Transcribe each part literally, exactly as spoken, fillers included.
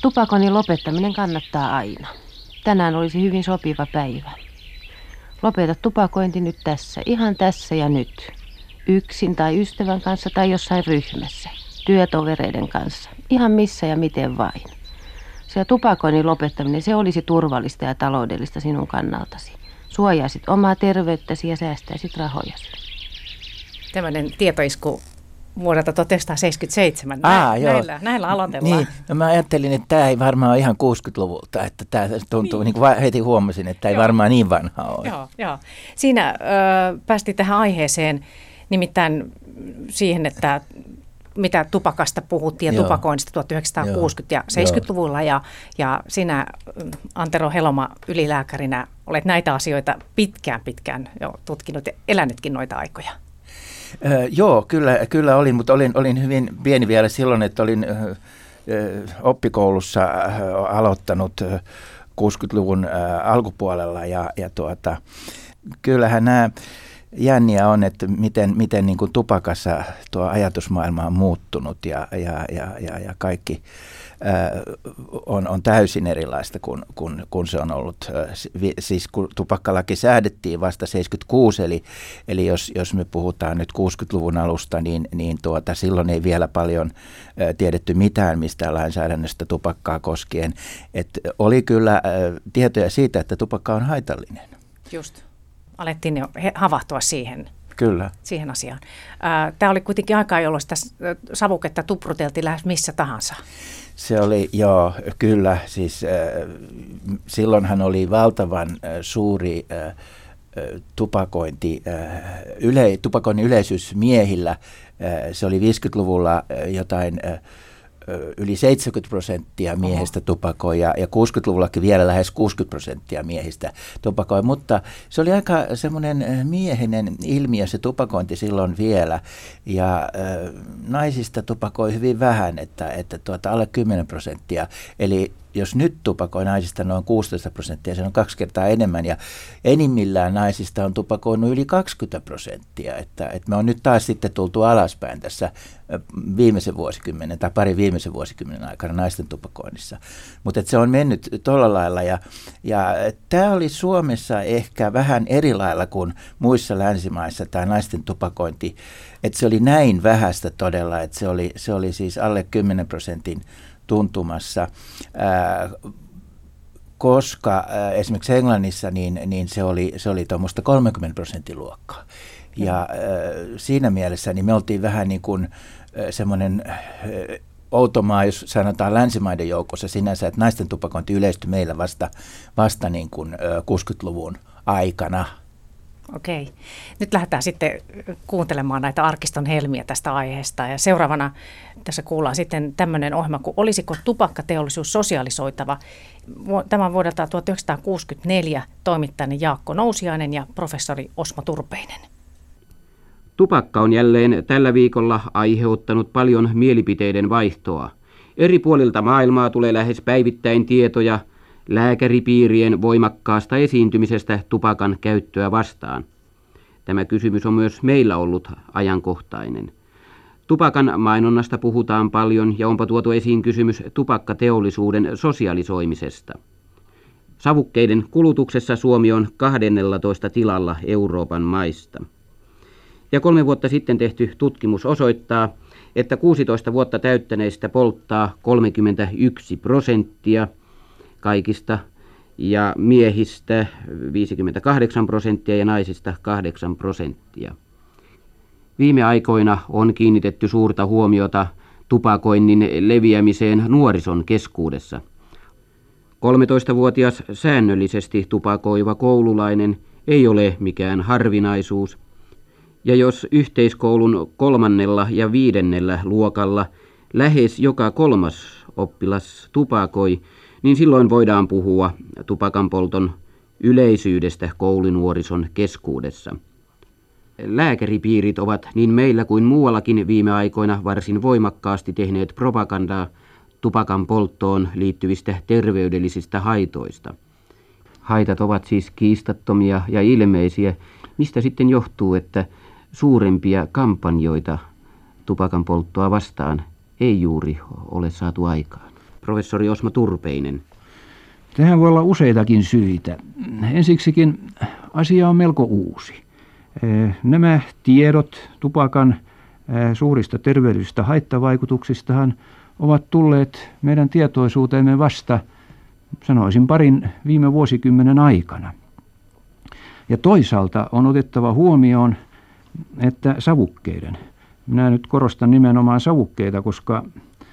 Tupakoinnin lopettaminen kannattaa aina. Tänään olisi hyvin sopiva päivä. Lopeta tupakointi nyt tässä, ihan tässä ja nyt. Yksin tai ystävän kanssa tai jossain ryhmässä. Työtovereiden kanssa. Ihan missä ja miten vain. Se tupakoinnin lopettaminen, se olisi turvallista ja taloudellista sinun kannaltasi. Suojaisit omaa terveyttäsi ja säästäisit rahojasi. Tämmöinen tietoisku vuodelta tuhatyhdeksänsataaseitsemänkymmentäseitsemän. Aa, Nä, näillä, näillä aloitellaan. Niin, no mä ajattelin, että tämä ei varmaan ole ihan kuusikymmentäluvulta, että tämä tuntuu, niin, niin kuin heti huomasin, että tämä ei varmaan niin vanha ole. Joo, joo. Siinä ö, päästiin tähän aiheeseen, nimittäin siihen, että mitä tupakasta puhuttiin ja joo. tupakoinnista tuhatyhdeksänsataakuusikymmentä- ja seitsemänkymmentäluvulla. Ja, ja sinä, Antero Heloma, ylilääkärinä, olet näitä asioita pitkään pitkään jo tutkinut ja elänytkin noita aikoja. Öö, joo, kyllä, kyllä olin, mutta olin, olin hyvin pieni vielä silloin, että olin ö, oppikoulussa ö, aloittanut ö, kuusikymmentäluvun ö, alkupuolella ja, ja tuota, kyllähän nämä jänniä on, että miten, miten niin kuin tupakassa tuo ajatusmaailma on muuttunut ja, ja, ja, ja, ja kaikki ää, on, on täysin erilaista kuin, kuin, kuin se on ollut. Siis kun tupakkalaki säädettiin vasta seitsemänkymmentäkuusi, eli, eli jos, jos me puhutaan nyt kuusikymmentäluvun alusta, niin, niin tuota, silloin ei vielä paljon ää, tiedetty mitään mistään lainsäädännöstä tupakkaa koskien. Et oli kyllä ää, tietoja siitä, että tupakka on haitallinen. Just. Alettiin jo havahtua siihen, Kyllä. siihen asiaan. Tämä oli kuitenkin aikaa, jolloin sitä savuketta tupruteltiin lähes missä tahansa. Se oli, joo, kyllä. Siis, äh, silloinhan oli valtavan äh, suuri äh, tupakointi, äh, yle, tupakoinnin yleisyys miehillä. Äh, se oli viisikymmentäluvulla äh, jotain äh, yli seitsemänkymmentä prosenttia miehistä tupakoi ja, ja kuusikymmentäluvullakin vielä lähes kuusikymmentä prosenttia miehistä tupakoi, mutta se oli aika semmoinen miehinen ilmiö se tupakointi silloin vielä ja äh, naisista tupakoi hyvin vähän, että, että tuota, alle kymmenen prosenttia, eli jos nyt tupakoi naisista noin kuusitoista prosenttia, se on kaksi kertaa enemmän ja enimmillään naisista on tupakoinut yli kaksikymmentä prosenttia, että, että me on nyt taas sitten tultu alaspäin tässä viimeisen vuosikymmenen tai pari viimeisen vuosikymmenen aikana naisten tupakoinnissa, mutta se on mennyt tuolla lailla ja, ja tämä oli Suomessa ehkä vähän eri lailla kuin muissa länsimaissa tämä naisten tupakointi, että se oli näin vähäistä todella, että se oli, se oli siis alle kymmenen prosentin tuntumassa, ää, koska ää, esimerkiksi Englannissa niin, niin se oli, se oli tuommoista kolmekymmentä prosentin luokkaa. Ja ää, siinä mielessä niin me oltiin vähän niin kuin semmoinen outo maa, jos sanotaan länsimaiden joukossa sinänsä, että naisten tupakointi yleistyi meillä vasta, vasta niin kuin ää, kuusikymmentäluvun aikana. Okei. Nyt lähdetään sitten kuuntelemaan näitä arkiston helmiä tästä aiheesta. Ja seuraavana tässä kuullaan sitten tämmöinen ohjelma kuin Olisiko tupakkateollisuus sosialisoitava? Tämän vuodelta tuhatyhdeksänsataakuusikymmentäneljä toimittajana Jaakko Nousiainen ja professori Osmo Turpeinen. Tupakka on jälleen tällä viikolla aiheuttanut paljon mielipiteiden vaihtoa. Eri puolilta maailmaa tulee lähes päivittäin tietoja lääkäripiirien voimakkaasta esiintymisestä tupakan käyttöä vastaan. Tämä kysymys on myös meillä ollut ajankohtainen. Tupakan mainonnasta puhutaan paljon ja onpa tuotu esiin kysymys tupakkateollisuuden sosialisoimisesta. Savukkeiden kulutuksessa Suomi on kahdennellatoista tilalla Euroopan maista. Ja kolme vuotta sitten tehty tutkimus osoittaa, että kuusitoista vuotta täyttäneistä polttaa kolmekymmentäyksi prosenttia kaikista ja miehistä viisikymmentäkahdeksan prosenttia ja naisista kahdeksan prosenttia. Viime aikoina on kiinnitetty suurta huomiota tupakoinnin leviämiseen nuorison keskuudessa. kolmetoistavuotias säännöllisesti tupakoiva koululainen ei ole mikään harvinaisuus, ja jos yhteiskoulun kolmannella ja viidennellä luokalla lähes joka kolmas oppilas tupakoi, niin silloin voidaan puhua tupakanpolton yleisyydestä koulunuorison keskuudessa. Lääkäripiirit ovat niin meillä kuin muuallakin viime aikoina varsin voimakkaasti tehneet propagandaa tupakan polttoon liittyvistä terveydellisistä haitoista. Haitat ovat siis kiistattomia ja ilmeisiä, mistä sitten johtuu, että suurempia kampanjoita tupakan polttoa vastaan ei juuri ole saatu aikaan. professori Osmo Turpeinen. Tähän voi olla useitakin syitä. Ensiksikin asia on melko uusi. Nämä tiedot tupakan suurista terveydellisistä haittavaikutuksistahan ovat tulleet meidän tietoisuuteemme vasta, sanoisin, parin viime vuosikymmenen aikana. Ja toisaalta on otettava huomioon, että savukkeiden, minä nyt korostan nimenomaan savukkeita, koska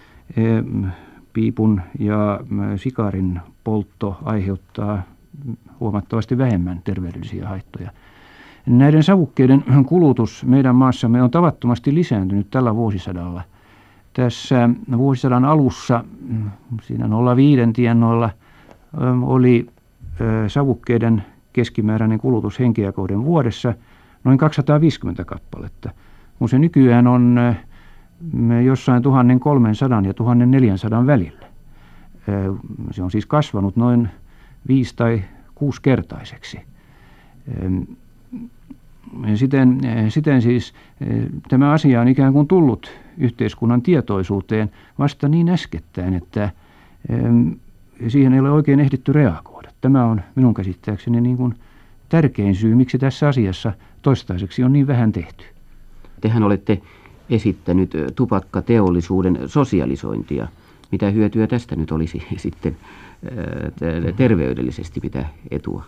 piipun ja sikarin poltto aiheuttaa huomattavasti vähemmän terveydellisiä haittoja. Näiden savukkeiden kulutus meidän maassamme on tavattomasti lisääntynyt tällä vuosisadalla. Tässä vuosisadan alussa, siinä nolla viiden tienoilla, oli savukkeiden keskimääräinen kulutus henkeä kohden vuodessa noin kaksisataaviisikymmentä kappaletta, kun se nykyään on jossain tuhatkolmesataa ja tuhatneljäsataa välillä. Se on siis kasvanut noin viisi- tai kuusikertaiseksi. Siten, siten siis tämä asia on ikään kuin tullut yhteiskunnan tietoisuuteen vasta niin äskettäin, että siihen ei ole oikein ehditty reagoida. Tämä on minun käsittääkseni niin kuin tärkein syy, miksi tässä asiassa toistaiseksi on niin vähän tehty. Tehän olette esittänyt tupakkateollisuuden sosialisointia. Mitä hyötyä tästä nyt olisi sitten terveydellisesti, mitä etua?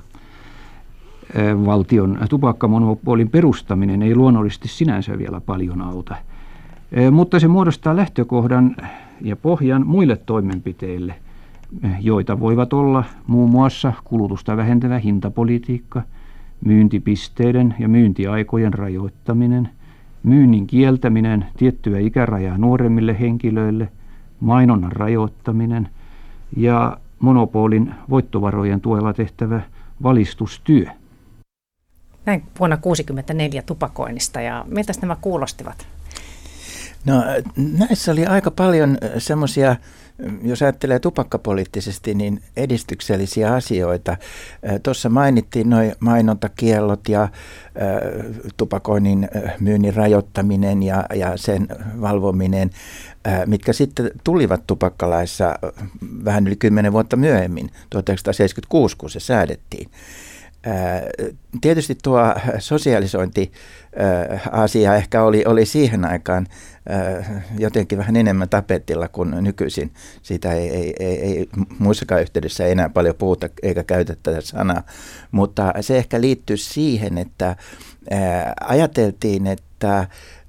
Valtion tupakkamonopolin perustaminen ei luonnollisesti sinänsä vielä paljon auta, mutta se muodostaa lähtökohdan ja pohjan muille toimenpiteille, joita voivat olla muun muassa kulutusta vähentävä hintapolitiikka, myyntipisteiden ja myyntiaikojen rajoittaminen, myynnin kieltäminen tiettyä ikärajaa nuoremmille henkilöille, mainonnan rajoittaminen ja monopolin voittovarojen tuella tehtävä valistustyö. Näin vuonna tuhatyhdeksänsataakuusikymmentäneljä tupakoinnista, ja miltä nämä kuulostivat? No näissä oli aika paljon semmoisia, jos ajattelee tupakkapoliittisesti, niin edistyksellisiä asioita. Tuossa mainittiin nuo mainontakiellot ja tupakoinnin myynnin rajoittaminen ja, ja sen valvominen, mitkä sitten tulivat tupakkalaissa vähän yli kymmenen vuotta myöhemmin, tuhatyhdeksänsataaseitsemänkymmentäkuusi, kun se säädettiin. Tietysti tuo sosialisointi-asia ehkä oli, oli siihen aikaan jotenkin vähän enemmän tapetilla kuin nykyisin. Siitä ei, ei, ei, ei muissakaan yhteydessä enää paljon puhuta eikä käytä tätä sanaa, mutta se ehkä liittyy siihen, että ajateltiin, että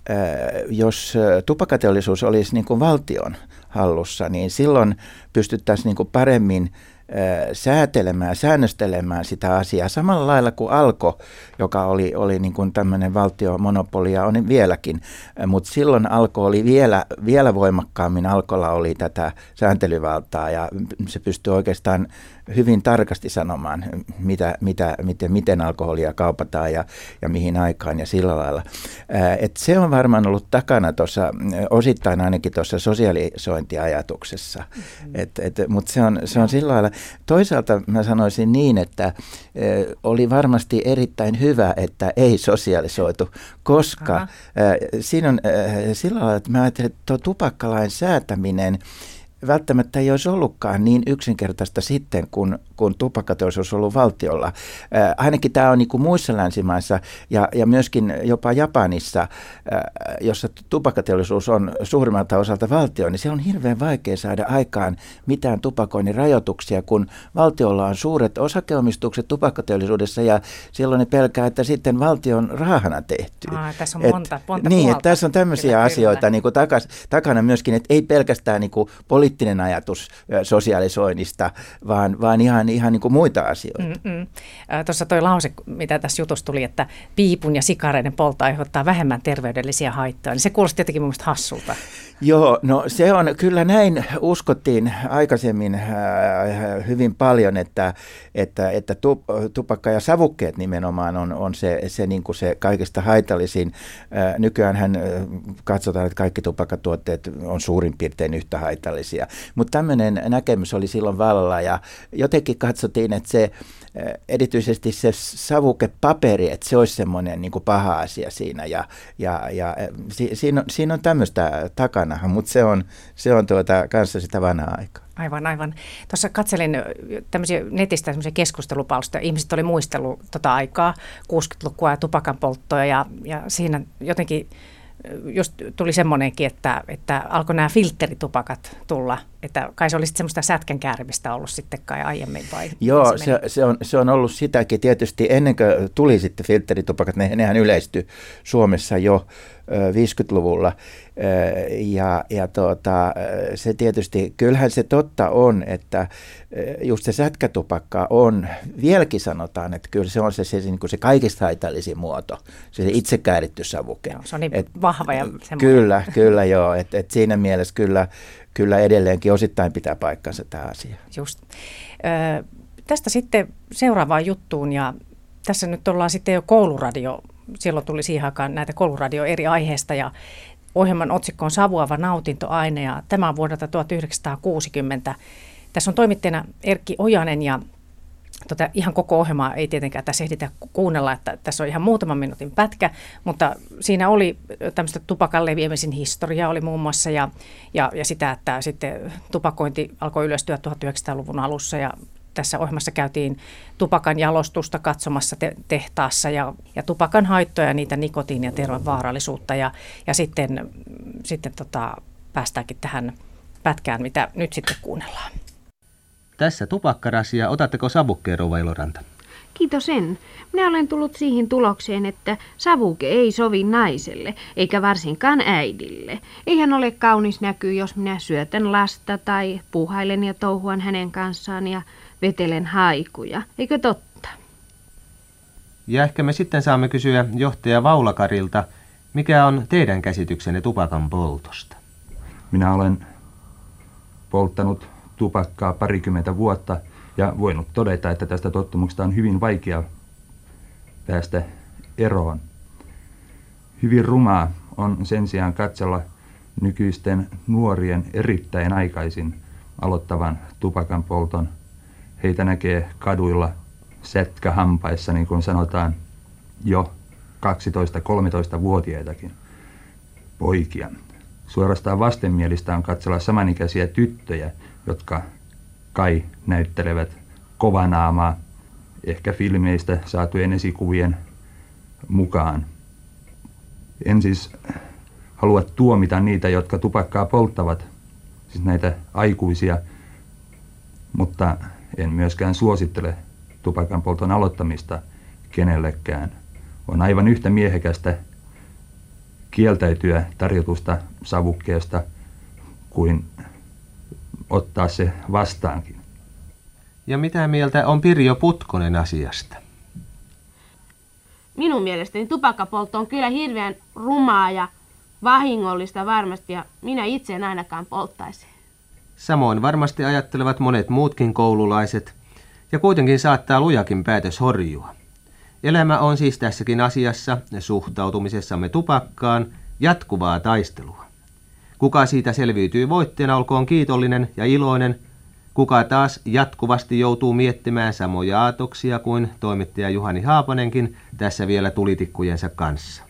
jos tupakateollisuus olisi niin kuin valtion hallussa, niin silloin pystyttäisiin niin kuin paremmin säätelemään, säännöstelemään sitä asiaa samalla lailla kuin Alko, joka oli, oli niin kuin tämmöinen valtiomonopoli ja on vieläkin, mutta silloin Alko oli vielä, vielä voimakkaammin, Alkolla oli tätä sääntelyvaltaa ja se pystyi oikeastaan hyvin tarkasti sanomaan, mitä, mitä, miten, miten alkoholia kaupataan ja, ja mihin aikaan ja sillä lailla. Et se on varmaan ollut takana tuossa, osittain ainakin tuossa sosialisointiajatuksessa, mm-hmm. mutta se on, se on sillä lailla. Toisaalta mä sanoisin niin, että oli varmasti erittäin hyvä, että ei sosialisoitu, koska Aha. siinä on sillä lailla, että mä ajattelin, että tuo tupakkalain säätäminen välttämättä ei olisi ollutkaan niin yksinkertaista sitten, kun, kun tupakkateollisuus on ollut valtiolla. Äh, ainakin tämä on niin kuin muissa länsimaissa ja, ja myöskin jopa Japanissa, äh, jossa tupakkateollisuus on suurimmalta osalta valtio, niin se on hirveän vaikea saada aikaan mitään tupakoinnin rajoituksia, kun valtiolla on suuret osakeomistukset tupakkateollisuudessa ja silloin ne pelkää, että sitten valtion rahana tehty. Aa, tässä on monta, et, monta Niin, puolta. että tässä on tämmöisiä kyllä, asioita kyllä. Niin kuin takas, takana myöskin, että ei pelkästään niin kuin poliittinen ajatus sosialisoinnista, vaan, vaan ihan, ihan niin kuin muita asioita. Mm-mm. Tuossa toi lause, mitä tässä jutussa tuli, että piipun ja sikareiden poltto aiheuttaa vähemmän terveydellisiä haittoja, niin se kuulosti jotenkin mun mielestä hassulta. Joo, no se on, kyllä näin uskottiin aikaisemmin äh, hyvin paljon, että, että, että tupakka ja savukkeet nimenomaan on, on se, se, niin kuin se kaikista haitallisin. Äh, nykyäänhän katsotaan, että kaikki tupakkatuotteet on suurin piirtein yhtä haitallisia. asia. Mutta tämmöinen näkemys oli silloin vallalla ja jotenkin katsottiin, että se erityisesti se savukepaperi, että se olisi semmoinen niin kuin paha asia siinä ja, ja, ja si, siinä, on, siinä on tämmöistä takana, mutta se on, se on tuota, kanssa sitä vanhaa aikaa. Aivan, aivan. Tuossa katselin tämmöisiä netistä tämmöisiä keskustelupalstoja. Ihmiset oli muistellut tota aikaa, kuusikymmentälukua ja tupakan polttoa ja, ja siinä jotenkin just tuli semmoinenkin, että, että alkoi nämä filteritupakat tulla, että kai se olisi semmoista sätkänkäärimistä ollut sitten kai aiemmin vai? Joo, se, se, on, se on ollut sitäkin tietysti ennen kuin tuli sitten filteritupakat, ne, nehän yleistyi Suomessa jo viisikymmentäluvulla ja, ja tuota, se tietysti, kyllähän se totta on, että just se sätkätupakka on, vieläkin sanotaan, että kyllä se on se, se, niin kuin se kaikista haitallisin muoto, se itse kääritty savuke. Joo, se on niin et, vahva ja semmoinen. Kyllä, kyllä joo, että et siinä mielessä kyllä, kyllä edelleenkin osittain pitää paikkansa tämä asia. Just. Ö, tästä sitten seuraavaan juttuun ja tässä nyt ollaan sitten jo kouluradio. Silloin tuli siihen aikaan näitä kouluradio eri aiheesta ja ohjelman otsikko on Savuava nautintoaine ja tämä on vuodelta tuhatyhdeksänsataakuusikymmentä. Tässä on toimittajana Erkki Ojanen ja tota, ihan koko ohjelmaa ei tietenkään tässä ehditä kuunnella, että tässä on ihan muutaman minuutin pätkä, mutta siinä oli tämmöistä tupakan leviämisen historiaa oli muun muassa ja, ja, ja sitä, että sitten tupakointi alkoi yleistyä tuhatyhdeksänsataaluvun alussa ja tässä ohjelmassa käytiin tupakan jalostusta katsomassa te- tehtaassa ja, ja tupakan haittoja ja niitä nikotiini- ja terveyden vaarallisuutta. Ja, ja sitten, sitten tota, päästäänkin tähän pätkään, mitä nyt sitten kuunnellaan. Tässä tupakkarasia. Otatteko savukkeen, rouva Eloranta? Kiitos en. Minä olen tullut siihen tulokseen, että savuke ei sovi naiselle, eikä varsinkaan äidille. Eihän ole kaunis näkyy, jos minä syötän lasta tai puhailen ja touhuan hänen kanssaan ja vetelen haikuja. Eikö totta? Ja ehkä me sitten saamme kysyä johtaja Vaulakarilta, mikä on teidän käsityksenne tupakan poltosta? Minä olen polttanut tupakkaa parikymmentä vuotta ja voinut todeta, että tästä tottumuksesta on hyvin vaikea päästä eroon. Hyvin rumaa on sen sijaan katsella nykyisten nuorien erittäin aikaisin aloittavan tupakan polton. Heitä näkee kaduilla sätkähampaissa, niin kuin sanotaan, jo kaksitoista-kolmetoista-vuotiaitakin poikia. Suorastaan vastenmielistä on katsella samanikäisiä tyttöjä, jotka kai näyttelevät kovanaamaa, ehkä filmeistä saatujen esikuvien mukaan. En siis halua tuomita niitä, jotka tupakkaa polttavat, siis näitä aikuisia, mutta en myöskään suosittele tupakan polton aloittamista kenellekään. On aivan yhtä miehekästä kieltäytyä tarjotusta savukkeesta kuin ottaa se vastaankin. Ja mitä mieltä on Pirjo Putkonen asiasta? Minun mielestäni tupakkapoltto on kyllä hirveän rumaa ja vahingollista varmasti ja minä itse en ainakaan polttaisi. Samoin varmasti ajattelevat monet muutkin koululaiset ja kuitenkin saattaa lujakin päätös horjua. Elämä on siis tässäkin asiassa suhtautumisessamme tupakkaan jatkuvaa taistelua. Kuka siitä selviytyy voitteena, olkoon kiitollinen ja iloinen. Kuka taas jatkuvasti joutuu miettimään samoja aatoksia kuin toimittaja Juhani Haapanenkin tässä vielä tulitikkujensa kanssa.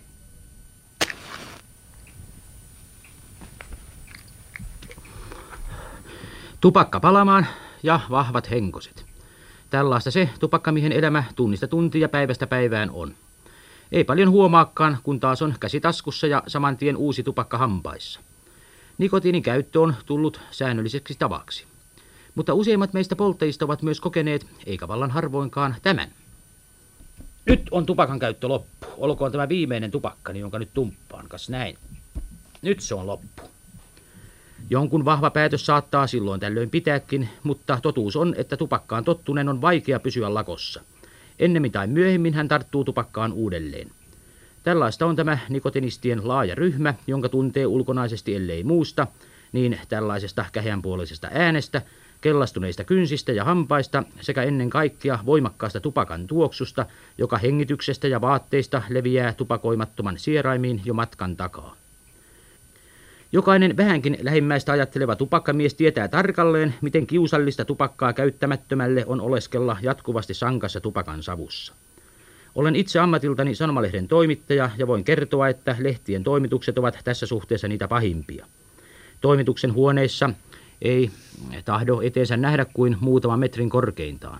Tupakka palamaan ja vahvat henkoset. Tällaista se tupakkamiehen elämä tunnista tuntia päivästä päivään on. Ei paljon huomaakaan, kun taas on käsi taskussa ja saman tien uusi tupakka hampaissa. Nikotiinin käyttö on tullut säännölliseksi tavaksi. Mutta useimmat meistä polttajista ovat myös kokeneet, eikä vallan harvoinkaan, tämän. Nyt on tupakan käyttö loppu. Olkoon tämä viimeinen tupakkani, jonka nyt tumppaan. Kas näin. Nyt se on loppu. Jonkun vahva päätös saattaa silloin tällöin pitääkin, mutta totuus on, että tupakkaan tottuneen on vaikea pysyä lakossa. Ennemmin tai myöhemmin hän tarttuu tupakkaan uudelleen. Tällaista on tämä nikotinistien laaja ryhmä, jonka tuntee ulkonaisesti ellei muusta, niin tällaisesta käheänpuoleisesta äänestä, kellastuneista kynsistä ja hampaista sekä ennen kaikkea voimakkaasta tupakan tuoksusta, joka hengityksestä ja vaatteista leviää tupakoimattoman sieraimiin jo matkan takaa. Jokainen vähänkin lähimmäistä ajatteleva tupakkamies tietää tarkalleen, miten kiusallista tupakkaa käyttämättömälle on oleskella jatkuvasti sankassa tupakan savussa. Olen itse ammatiltani sanomalehden toimittaja ja voin kertoa, että lehtien toimitukset ovat tässä suhteessa niitä pahimpia. Toimituksen huoneissa ei tahdo eteensä nähdä kuin muutaman metrin korkeintaan.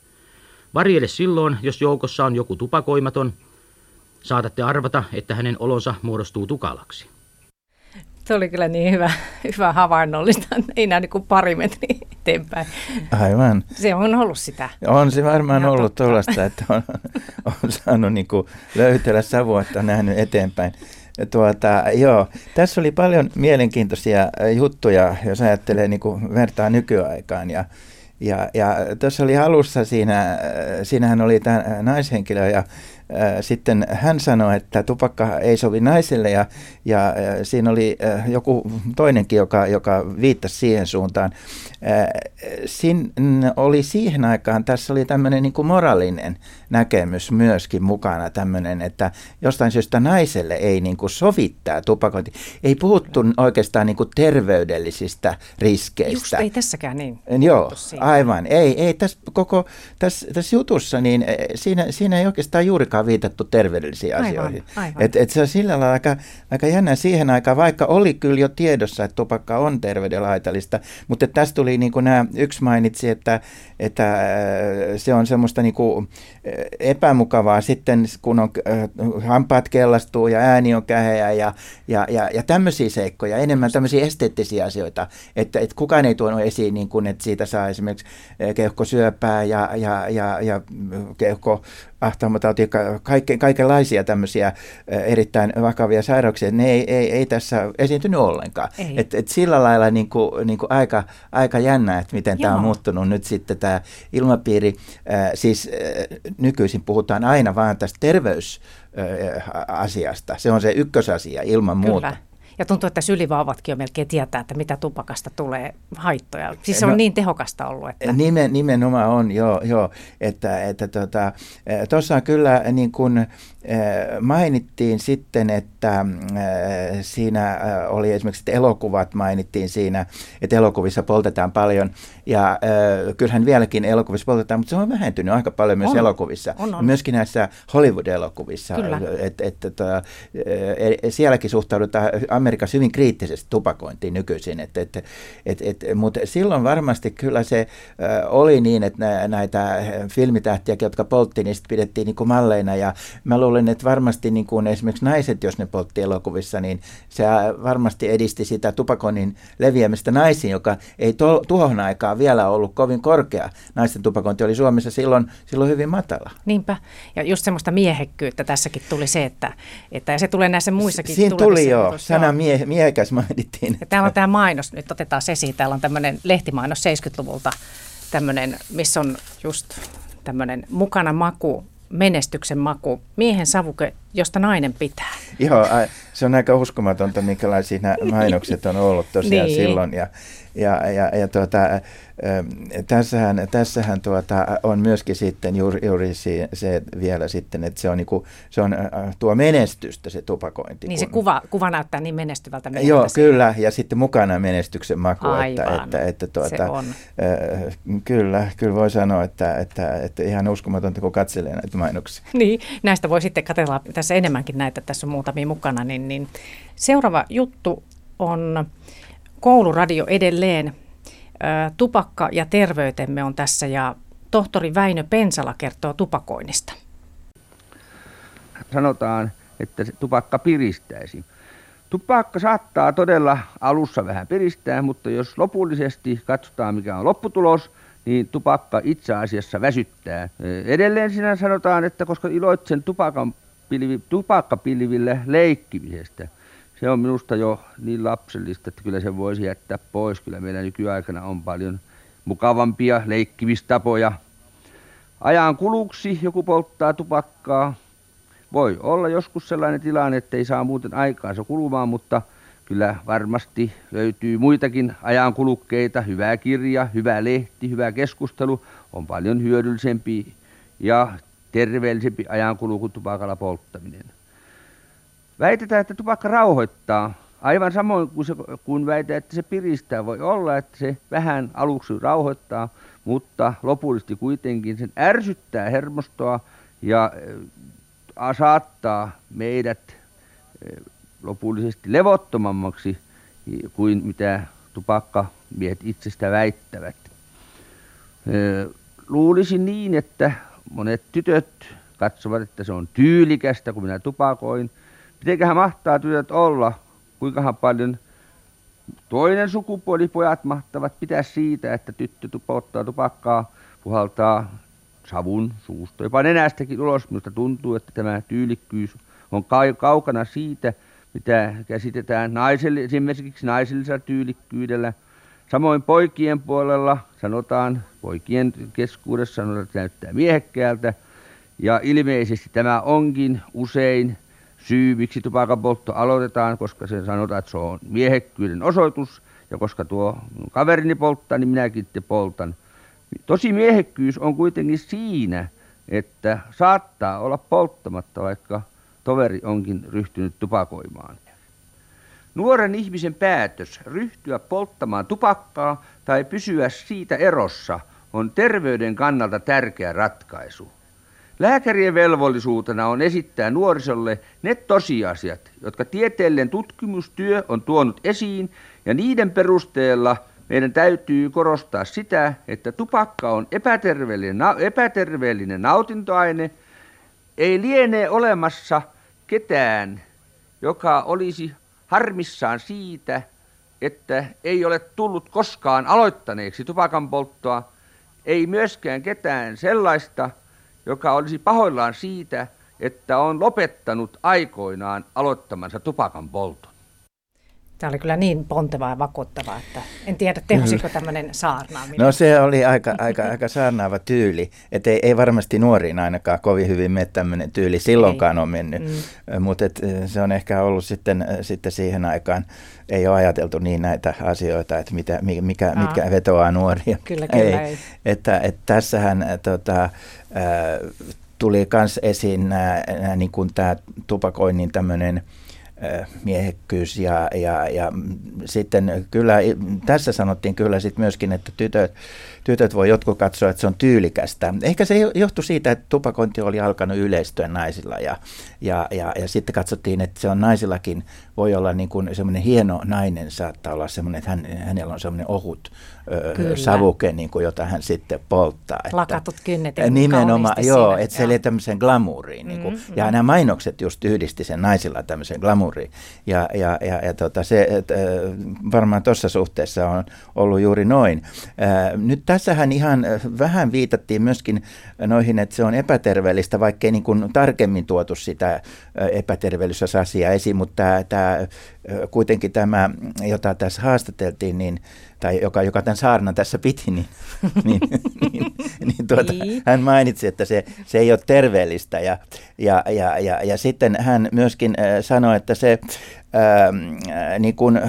Varjele silloin, jos joukossa on joku tupakoimaton, saatatte arvata, että hänen olonsa muodostuu tukalaksi. Se oli kyllä niin hyvä, hyvä havainnollista, ei näe niin kuin pari metriä eteenpäin. Aivan. Se on ollut sitä. On se varmaan Ihan ollut tuollaista, että on, on saanut niin kuin löytellä savua, että on nähnyt eteenpäin. Tuota, joo, tässä oli paljon mielenkiintoisia juttuja, jos ajattelee niin kuin vertaa nykyaikaan. Ja, ja, ja tuossa oli alussa, siinä, siinähän oli tämä naishenkilö ja sitten hän sanoi, että tupakka ei sovi naiselle ja, ja siinä oli joku toinenkin, joka, joka viittasi siihen suuntaan. Siinä oli siihen aikaan, tässä oli tämmöinen niin kuin moraalinen näkemys myöskin mukana tämmöinen, että jostain syystä naiselle ei niin kuin sovi tämä tupakointi. Ei puhuttu oikeastaan niin kuin terveydellisistä riskeistä. Just ei tässäkään niin. Joo, aivan. Ei, ei tässä koko tässä, tässä jutussa, niin siinä, siinä ei oikeastaan juurikaan viitattu terveydellisiin aivan, asioihin. Aivan. Et, et se on sillä lailla aika, aika jännä siihen aikaan, vaikka oli kyllä jo tiedossa, että tupakka on terveydelle haitallista, mutta tästä tuli niin kuin nämä, yksi mainitsi, että, että se on semmoista niin kuin epämukavaa sitten, kun on, hampaat kellastuu ja ääni on käheä ja, ja, ja, ja tämmöisiä seikkoja, enemmän tämmöisiä esteettisiä asioita, että, että kukaan ei tuonut esiin, niin kuin, että siitä saa esimerkiksi keuhkosyöpää ja, ja, ja, ja keuhko ahtaamotautia, kaiken, kaikenlaisia tämmöisiä erittäin vakavia sairauksia, ne ei, ei, ei tässä esiintynyt ollenkaan. Et, et sillä lailla niin kuin, niin kuin aika, aika jännä, että miten tämä on muuttunut nyt sitten tämä ilmapiiri. Äh, siis äh, nykyisin puhutaan aina vaan tästä terveysasiasta. Se on se ykkösasia ilman Kyllä. muuta. Ja tuntuu, että sylivauvatkin jo melkein tietää, että mitä tupakasta tulee haittoja. Siis se on no, niin tehokasta ollut. Että... Nimen, nimenomaan on, joo. joo että että tota, tuossa on kyllä niin kuin mainittiin sitten, että siinä oli esimerkiksi, että elokuvat mainittiin siinä, että elokuvissa poltetaan paljon. Ja kyllähän vieläkin elokuvissa poltetaan, mutta se on vähentynyt aika paljon myös on. elokuvissa. On, on. Myöskin näissä Hollywood-elokuvissa. Että et, et, et, sielläkin suhtaudutaan Amerikassa hyvin kriittisesti tupakointiin nykyisin. Et, et, et, et, mutta silloin varmasti kyllä se oli niin, että näitä filmitähtiä, jotka poltti, niin pidettiin niin kuin malleina. Ja mä luulen, että varmasti niin kuin esimerkiksi naiset, jos ne poltti elokuvissa, niin se varmasti edisti sitä tupakoinnin leviämistä naisiin, joka ei to, tuohon aikaan vielä ollut kovin korkea. Naisten tupakointi oli Suomessa silloin, silloin hyvin matala. Niinpä. Ja just semmoista miehekkyyttä tässäkin tuli se, että, että ja se tulee näissä muissakin. Siinä tuli jo. Sana mie, miehekäs mainittiin. Ja täällä on tämä mainos, nyt otetaan se esiin. Täällä on tämmöinen lehtimainos seitsemänkymmentäluvulta, tämmöinen, missä on just tämmöinen mukana maku, menestyksen maku, miehen savuke, josta nainen pitää. Joo, se on aika uskomatonta, minkälaisia nämä mainokset on ollut tosiaan niin. silloin. Ja, ja, ja, ja tuota, tässähän, tässähän tuota, on myöskin sitten juuri, juuri se, se vielä sitten, että se on, niinku, se on tuo menestystä se tupakointi. Niin kun, se kuva, kuva näyttää niin menestyvältä. Joo, kyllä, ja sitten mukana menestyksen maku. Aivan, että, että, että, tuota, se on. Äh, kyllä, kyllä voi sanoa, että, että, että ihan uskomatonta, kun katselee näitä mainoksia. Niin, näistä voi sitten katsella tässä enemmänkin näitä, tässä on muutamia mukana. Niin, niin. Seuraava juttu on kouluradio edelleen. Tupakka ja terveytemme on tässä ja tohtori Väinö Pensala kertoo tupakoinnista. Sanotaan, että se tupakka piristäisi. Tupakka saattaa todella alussa vähän piristää, mutta jos lopullisesti katsotaan mikä on lopputulos, niin tupakka itse asiassa väsyttää. Edelleen siinä sanotaan, että koska iloitsen tupakan pilvi, tupakkapilvillä leikkimisestä, se on minusta jo niin lapsellista, että kyllä se voisi jättää pois. Kyllä meillä nykyaikana on paljon mukavampia leikkimistapoja. Ajan kuluksi joku polttaa tupakkaa. Voi olla joskus sellainen tilanne, että ei saa muuten aikaansa kulumaan, mutta kyllä varmasti löytyy muitakin ajankulukkeita. Hyvä kirja, hyvä lehti, hyvä keskustelu on paljon hyödyllisempi ja terveellisempi ajankulu kuin tupakalla polttaminen. Väitetään, että tupakka rauhoittaa Aivan samoin kuin, se, kun väitän, että se piristää, voi olla, että se vähän aluksi rauhoittaa, mutta lopullisesti kuitenkin sen ärsyttää hermostoa ja äh, saattaa meidät äh, lopullisesti levottomammaksi kuin mitä tupakkamiehet itsestä väittävät. Äh, luulisin niin, että monet tytöt katsovat, että se on tyylikästä, kun minä tupakoin. Mitenköhän mahtaa tytöt olla? Kuinkahan paljon toinen sukupuoli, pojat mahtavat pitää siitä, että tyttö polttaa tupakkaa, puhaltaa savun suusta. Jopa nenästäkin ulos. Minusta tuntuu, että tämä tyylikkyys on kaukana siitä, mitä käsitetään naiselle, esimerkiksi naisellisella tyylikkyydellä. Samoin poikien puolella sanotaan, poikien keskuudessa sanotaan, että näyttää miehekkäältä. Ja ilmeisesti tämä onkin usein syy, miksi tupakan poltto aloitetaan, koska se sanotaan, että se on miehekkyyden osoitus. Ja koska tuo kaverini polttaa, niin minäkin sitten poltan. Tosi miehekkyys on kuitenkin siinä, että saattaa olla polttamatta, vaikka toveri onkin ryhtynyt tupakoimaan. Nuoren ihmisen päätös ryhtyä polttamaan tupakkaa tai pysyä siitä erossa on terveyden kannalta tärkeä ratkaisu. Lääkärien velvollisuutena on esittää nuorisolle ne tosiasiat, jotka tieteellinen tutkimustyö on tuonut esiin, ja niiden perusteella meidän täytyy korostaa sitä, että tupakka on epäterveellinen, epäterveellinen nautintoaine. Ei liene olemassa ketään, joka olisi harmissaan siitä, että ei ole tullut koskaan aloittaneeksi tupakan polttoa. Ei myöskään ketään sellaista, joka olisi pahoillaan siitä, että on lopettanut aikoinaan aloittamansa tupakan polton. Tämä oli kyllä niin pontevaa ja vakuuttavaa, että en tiedä, tehosiko tämmöinen saarnaaminen. No se oli aika, aika, aika saarnaava tyyli, että ei, ei varmasti nuoriin ainakaan kovin hyvin mene tämmöinen tyyli silloinkaan ei. on mennyt, mm. mutta se on ehkä ollut sitten, sitten siihen aikaan, ei ole ajateltu niin näitä asioita, että mitä, mikä, mitkä vetoaa nuoria. Kyllä, kyllä ei. ei. Että, että tässähän tota, äh, tuli myös esiin nää, nää, niin kuin tämä tupakoinnin tämmöinen miehekkyys ja, ja, ja sitten kyllä tässä sanottiin kyllä sit myöskin, että tytöt, tytöt voi jotkut katsoa, että se on tyylikästä. Ehkä se johtui siitä, että tupakointi oli alkanut yleistyä naisilla ja, ja, ja, ja sitten katsottiin, että se on naisillakin, voi olla niin kuin semmoinen hieno nainen, saattaa olla semmoinen, että hän, hänellä on semmoinen ohut ö, savuke, niin kuin, jota hän sitten polttaa. Lakatut kynnet. Nimenomaan, joo, että se oli tämmöisen glamuuriin. Niin kuin, mm, ja mm. nämä mainokset just yhdisti sen naisilla tämmöisen glamuuriin. Ja, ja, ja, ja tota, se et, varmaan tuossa suhteessa on ollut juuri noin. Nyt tässähän ihan vähän viitattiin myöskin noihin, että se on epäterveellistä, vaikkei niin kuin tarkemmin tuotu sitä epäterveellisyysasiaa esiin, mutta tämä kuitenkin tämä, jota tässä haastateltiin, niin, tai joka, joka tämän saarnan tässä piti, niin, niin, niin, niin tuota, hän mainitsi, että se, se ei ole terveellistä. Ja, ja, ja, ja, ja sitten hän myöskin äh, sanoi, että se äh, niin kuin, äh,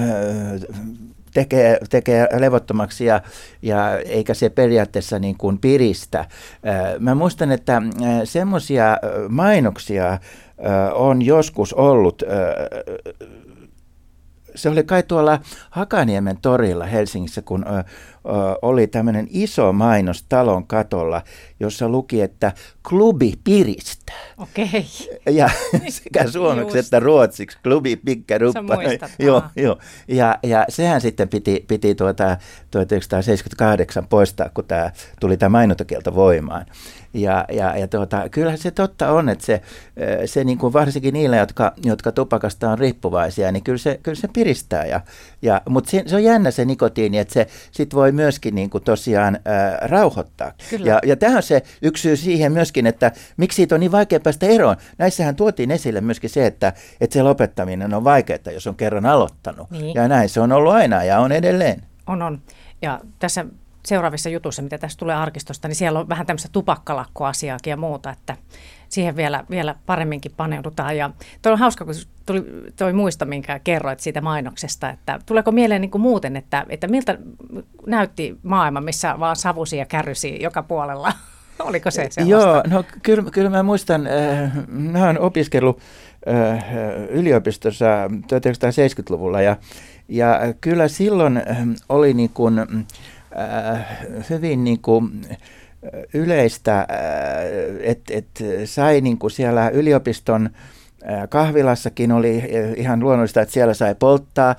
tekee, tekee levottomaksi ja, ja eikä se periaatteessa niin kuin piristä. Äh, mä muistan, että äh, semmoisia mainoksia äh, on joskus ollut. Äh, Se oli kai tuolla Hakaniemen torilla Helsingissä, kun ö, ö, oli tämmöinen iso mainos talon katolla, jossa luki, että klubi piristää. Okei. Ja sekä suomeksi Just. että ruotsiksi, klubi pikkaruppa. Sä muistat. Joo, joo. Ja, ja sehän sitten piti, piti tuota tuhatyhdeksänsataaseitsemänkymmentäkahdeksan poistaa, kun tämä, tuli tämä mainontakielto voimaan. Ja, ja, ja tuota, kyllähän se totta on, että se, se niin kuin varsinkin niillä, jotka, jotka tupakasta on riippuvaisia, niin kyllä se, kyllä se piristää. Ja, ja, mutta se, se on jännä se nikotiini, että se sit voi myöskin niin kuin tosiaan ää, rauhoittaa. Ja, ja tähän se yksi syy siihen myöskin, että miksi siitä on niin vaikea päästä eroon. Näissähän tuotiin esille myöskin se, että, että se lopettaminen on vaikeaa, jos on kerran aloittanut. Niin. Ja näin se on ollut aina ja on edelleen. On, on. Ja tässä seuraavissa jutuissa, mitä tässä tulee arkistosta, niin siellä on vähän tämmöistä tupakkalakkoasiaakin ja muuta, että siihen vielä, vielä paremminkin paneudutaan. Ja toi on hauska, kun tuli toi muisto, minkä kerroit siitä mainoksesta, että tuleeko mieleen niin kuin muuten, että, että miltä näytti maailma, missä vaan savusi ja kärrysi joka puolella? Oliko se sellaista? Joo, no kyllä, kyllä mä muistan, äh, mä oon opiskellut yliopistossa tuhatyhdeksänsataaseitsemänkymmentäluvulla ja, ja kyllä silloin oli niin kuin, äh, hyvin niin kuin yleistä, että et sai niin kuin siellä yliopiston kahvilassakin oli ihan luonnollista, että siellä sai polttaa.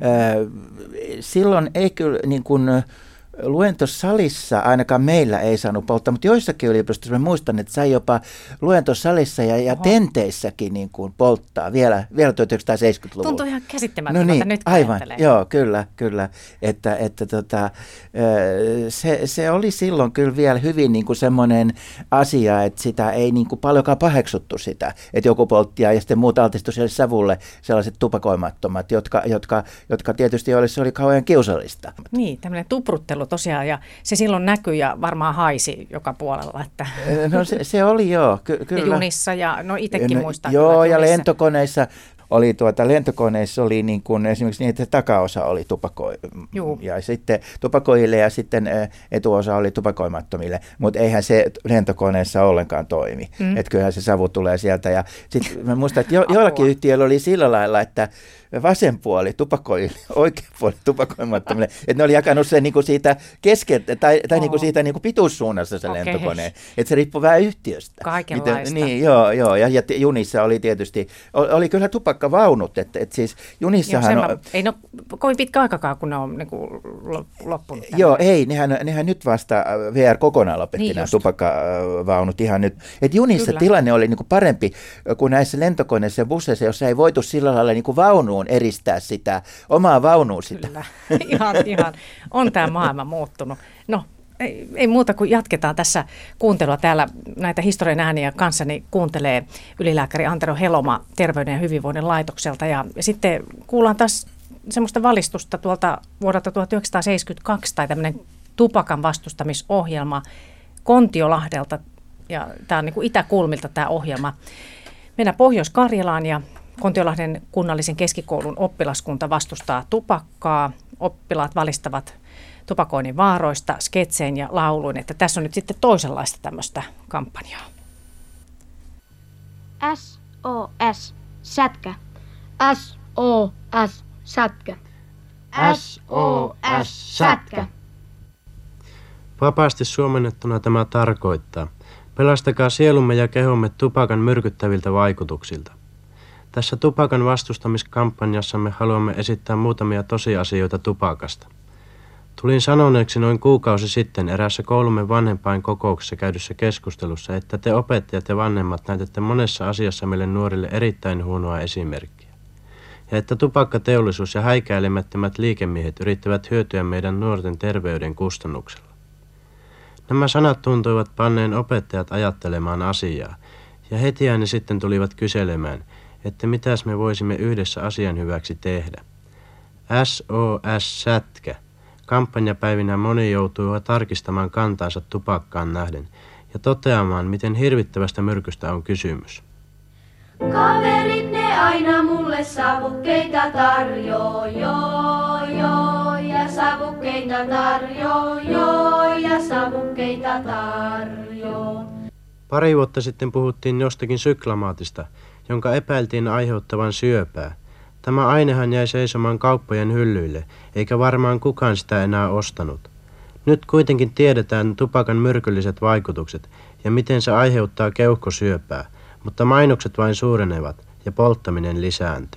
Silloin ei kyllä niin kuin luentosalissa, ainakaan meillä ei saanut polttaa, mutta joissakin yliopistoissa mä muistan, että sai jopa luentosalissa ja, ja tenteissäkin niin kuin polttaa vielä, vielä tuhatyhdeksänsataaseitsemänkymmentäluvulla. Tuntuu ihan käsittämättömältä no niin, nyt aivan, ajattelee. joo, kyllä, kyllä. Että, että tota, se, se oli silloin kyllä vielä hyvin niin kuin semmoinen asia, että sitä ei niin kuin paljonkaan paheksuttu sitä, että joku poltti ja sitten muut altistui siellä savulle, sellaiset tupakoimattomat, jotka, jotka, jotka tietysti joille se oli kauhean kiusallista. Niin, tämmöinen tupruttelu tosiaan, ja se silloin näkyi ja varmaan haisi joka puolella. Että. No se, se oli joo, ky- kyllä. Ja junissa ja no itsekin no, muistan. Joo, kyllä, ja junissa. lentokoneissa oli tuota, lentokoneissa oli niin kuin esimerkiksi niin, että takaosa oli tupakoi, ja sitten tupakoille ja sitten etuosa oli tupakoimattomille, mutta eihän se lentokoneessa ollenkaan toimi. Mm. Että kyllähän se savu tulee sieltä. Ja sitten mä muistan, että jo, joillakin yhtiöillä oli sillä lailla, että vasen puoli tupakoille, oikea puoli tupakoimattomille. Että ne oli jakanut sen niinku siitä keskeltä tai, tai niinku siitä niinku pituussuunnassa se okay. lentokone. Että se riippuu vähän yhtiöstä. Kaikenlaista. Miten, niin, joo, joo. Ja, ja junissa oli tietysti, oli, oli kyllä tupakkavaunut. Että et siis junissahan... Joo, on, ei no kovin pitkä aikakaan, kun ne on niinku loppunut. Tämän. Joo, ei. Nehän, nehän nyt vasta V R kokonaan lopetti niin nämä tupakkavaunut ihan nyt. Että junissa kyllä. tilanne oli niinku parempi kuin näissä lentokoneissa ja busseissa, jossa ei voitu sillä lailla niinku vaunuun eristää sitä, omaa vaunuun sitä. Kyllä, ihan, ihan. On tämä maailma muuttunut. No, ei, ei muuta kuin jatketaan tässä kuuntelua. Täällä näitä historian ääniä kanssani kuuntelee ylilääkäri Antero Heloma Terveyden ja hyvinvoinnin laitokselta. Ja, ja sitten kuullaan taas semmoista valistusta tuolta vuodelta tuhatyhdeksänsataaseitsemänkymmentäkaksi tai tämmöinen tupakan vastustamisohjelma Kontiolahdelta. Ja tämä on niin kuin itäkulmilta tämä ohjelma. Mennään Pohjois-Karjalaan ja Kontiolahden kunnallisen keskikoulun oppilaskunta vastustaa tupakkaa. Oppilaat valistavat tupakoinnin vaaroista sketsein ja lauluin, että tässä on nyt sitten toisenlaista tämmöistä kampanjaa. S O S, sätkä. S O S, sätkä. S O S, sätkä. Vapaasti suomennettuna tämä tarkoittaa: pelastakaa sielumme ja kehomme tupakan myrkyttäviltä vaikutuksilta. Tässä tupakan vastustamiskampanjassamme haluamme esittää muutamia tosiasioita tupakasta. Tulin sanoneeksi noin kuukausi sitten eräässä koulumme vanhempain kokouksessa käydyssä keskustelussa, että te opettajat ja vanhemmat näytätte monessa asiassa meille nuorille erittäin huonoa esimerkkiä. Ja että tupakkateollisuus ja häikäilemättömät liikemiehet yrittävät hyötyä meidän nuorten terveyden kustannuksella. Nämä sanat tuntuivat panneen opettajat ajattelemaan asiaa, ja heti ne sitten tulivat kyselemään, että mitäs me voisimme yhdessä asian hyväksi tehdä. S O S-sätkä. Kampanjapäivinä moni joutuu tarkistamaan kantaansa tupakkaan nähden ja toteamaan, miten hirvittävästä myrkystä on kysymys. Kaverit ne aina mulle savukkeita tarjoaa, joo, joo, ja savukkeita tarjoaa, joo, ja savukkeita tarjoaa. Pari vuotta sitten puhuttiin jostakin syklamaatista, jonka epäiltiin aiheuttavan syöpää. Tämä ainehan jäi seisomaan kauppojen hyllyille, eikä varmaan kukaan sitä enää ostanut. Nyt kuitenkin tiedetään tupakan myrkylliset vaikutukset ja miten se aiheuttaa keuhkosyöpää, mutta mainokset vain suurenevat ja polttaminen lisääntyy.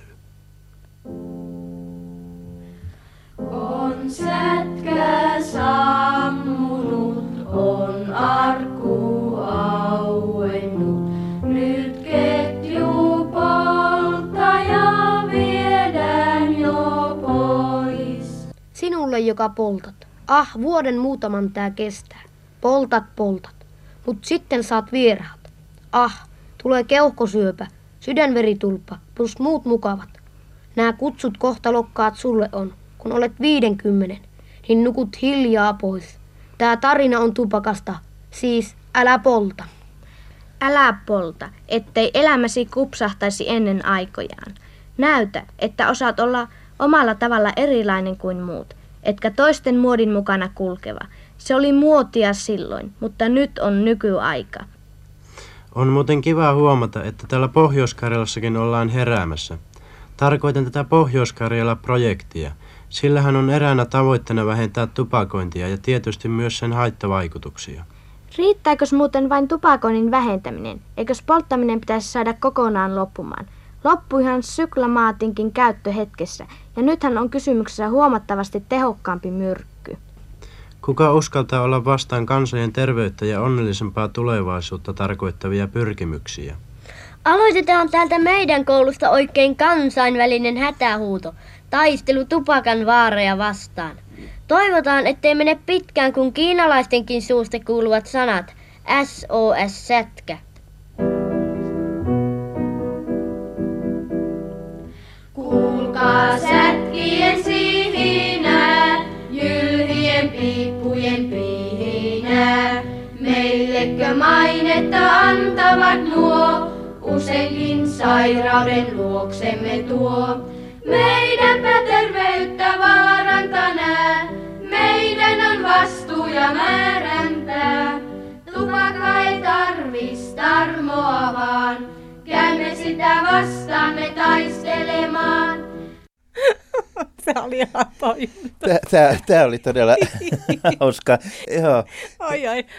On sätkä sammunut, on arkku auennut, nyt ketju polttaja viedään jo pois. Sinulle, joka poltat. Ah, vuoden muutaman tää kestää. Poltat, poltat. Mut sitten saat vieraat. Ah, tulee keuhkosyöpä, sydänveritulppa plus muut mukavat. Nää kutsut kohtalokkaat sulle on, kun olet viidenkymmenen, niin nukut hiljaa pois. Tää tarina on tupakasta, siis älä polta. Älä polta, ettei elämäsi kupsahtaisi ennen aikojaan. Näytä, että osaat olla omalla tavalla erilainen kuin muut, etkä toisten muodin mukana kulkeva. Se oli muotia silloin, mutta nyt on nykyaika. On muuten kiva huomata, että täällä Pohjois-Karjalassakin ollaan heräämässä. Tarkoitan tätä Pohjois-Karjala-projektia. Sillähän on eräänä tavoitteena vähentää tupakointia ja tietysti myös sen haittavaikutuksia. Riittääkös muuten vain tupakoinnin vähentäminen? Eikös polttaminen pitäisi saada kokonaan loppumaan? Loppuihan syklamaatinkin käyttö hetkessä, ja nythän on kysymyksessä huomattavasti tehokkaampi myrkky. Kuka uskaltaa olla vastaan kansojen terveyttä ja onnellisempaa tulevaisuutta tarkoittavia pyrkimyksiä? Aloitetaan täältä meidän koulusta oikein kansainvälinen hätähuuto. Taistelu tupakan vaaroja vastaan. Toivotaan, ettei mene pitkään, kun kiinalaistenkin suusta kuuluvat sanat S O S-sätkä. Kuulkaa sätkien sihinää, jylhien piippujen pihinää. Meillekö mainetta antavat nuo, useinkin sairauden luoksemme tuo. Meidänpä terveyttä vaarantana, meidän on vastuu ja määränpää. Tupakka ei tarvis tarmoa vaan, käymme sitä vastaan me taistelemaan. Tämä oli ihan toiminta. Tämä, tämä oli todella hauska. Joo. Ai ai.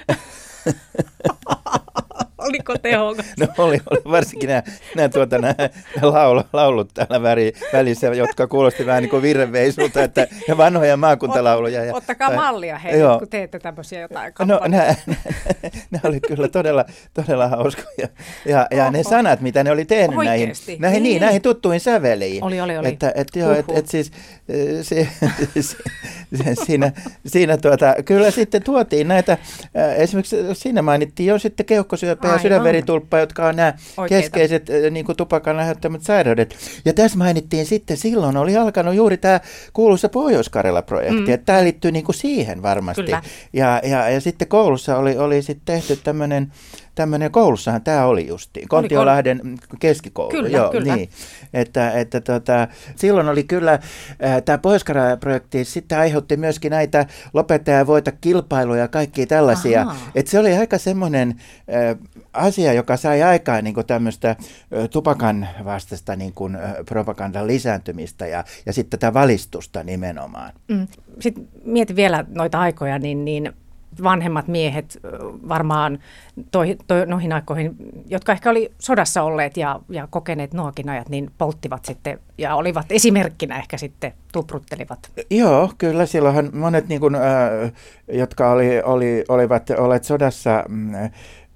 Oliko tehokas? No oli, oli varsinkin nämä, nämä, tuota, nämä laulu, laulut täällä väri, välissä, jotka kuulosti vähän niin kuin virrenveisulta, että ja vanhoja maakuntalauluja. Ja, Ottakaa tai, mallia heille, joo. kun teette tämmöisiä jotain kampanjaa. No nämä, nämä oli kyllä todella, todella hauskoja. Ja, ja ne sanat, mitä ne oli tehnyt näihin, näihin, niin, näihin tuttuihin säveliin. Oli, oli, oli. Että, et, joo, et, et siis, se, se, se, siinä, siinä tuota, kyllä sitten tuotiin näitä, esimerkiksi siinä mainittiin jo sitten keuhkosyöpä ja sydänveritulppa, jotka on nämä Oikeita. keskeiset niin kuin tupakan aiheuttamat sairaudet. Ja tässä mainittiin sitten, silloin oli alkanut juuri tämä kuuluisa Pohjois-Karjala-projekti, mm. että tämä liittyy niin kuin siihen varmasti. Ja, ja, ja sitten koulussa oli, oli sitten tehty tämmöinen, tämmöinen, koulussahan tämä oli justiin, Kontiolahden keskikoulu. Kyllä, Joo, kyllä. Niin. Että, että tota, silloin oli kyllä äh, tämä Pohjois-Karjala-projekti sitten aiheutti myöskin näitä lopettaja voita kilpailuja ja kaikkia tällaisia. Että se oli aika semmoinen äh, asia, joka sai aikaan niin kuin tämmöistä äh, tupakan vastaista niin kuin, äh, propagandan lisääntymistä ja, ja sitten tätä valistusta nimenomaan. Mm. Sitten mietin vielä noita aikoja, niin, niin vanhemmat miehet varmaan toi, toi, noihin aikoihin, jotka ehkä oli sodassa olleet ja, ja kokeneet nuokin ajat, niin polttivat sitten ja olivat esimerkkinä ehkä sitten tupruttelivat. Joo, kyllä silloinhan monet, niin kuin, äh, jotka oli, oli, olivat olleet sodassa, äh,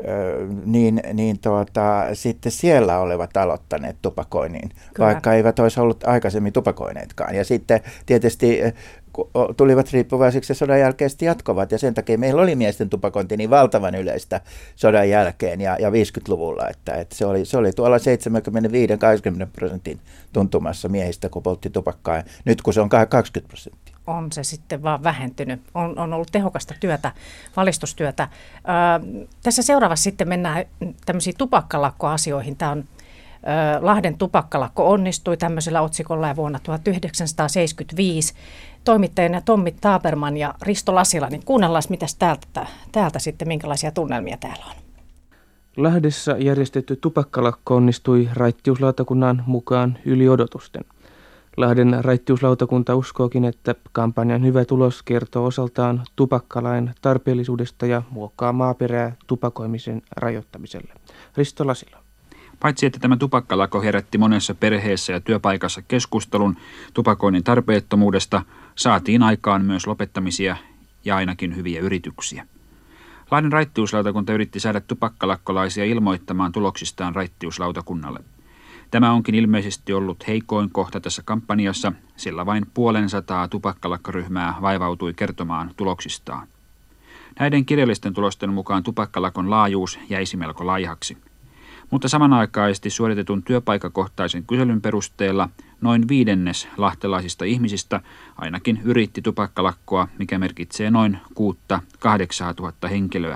niin, niin tuota, sitten siellä olevat aloittaneet tupakoinnin, kyllä. Vaikka eivät olisi ollut aikaisemmin tupakoineetkaan. Ja sitten tietysti tulivat riippuvaisiksi ja sodan jälkeen sitten jatkuvat. Ja sen takia meillä oli miesten tupakointi niin valtavan yleistä sodan jälkeen ja, ja viisikymmentäluvulla, että, että se, oli, se oli tuolla seitsemänkymmentäviisi kahdeksankymmentä prosentin tuntumassa miehistä, kun poltti tupakkaa. Nyt kun se on kaksikymmentä prosenttia. On se sitten vaan vähentynyt. On, on ollut tehokasta työtä, valistustyötä. Ö, tässä seuraavassa sitten mennään tämmöisiin tupakkalakkoasioihin. Tämä on ö, Lahden tupakkalakko onnistui tämmöisellä otsikolla ja vuonna tuhatyhdeksänsataaseitsemänkymmentäviisi. Toimittajina Tommi Taberman ja Risto Lasila, niin kuunnellaan mitäs täältä, täältä sitten, minkälaisia tunnelmia täällä on. Lahdessa järjestetty tupakkalakko onnistui raittiuslautakunnan mukaan yli odotusten. Lahden raittiuslautakunta uskookin, että kampanjan hyvä tulos kertoo osaltaan tupakkalain tarpeellisuudesta ja muokkaa maaperää tupakoimisen rajoittamiselle. Risto Lasila. Paitsi että tämä tupakkalako herätti monessa perheessä ja työpaikassa keskustelun tupakoinnin tarpeettomuudesta, saatiin aikaan myös lopettamisia ja ainakin hyviä yrityksiä. Lahden raittiuslautakunta yritti saada tupakkalakkolaisia ilmoittamaan tuloksistaan raittiuslautakunnalle. Tämä onkin ilmeisesti ollut heikoin kohta tässä kampanjassa, sillä vain puolen sataa tupakkalakkoryhmää vaivautui kertomaan tuloksistaan. Näiden kirjallisten tulosten mukaan tupakkalakon laajuus jäisi melko laihaksi. Mutta samanaikaisesti suoritetun työpaikakohtaisen kyselyn perusteella noin viidennes lahtelaisista ihmisistä ainakin yritti tupakkalakkoa, mikä merkitsee noin kuutta kahdeksaa tuhatta henkilöä.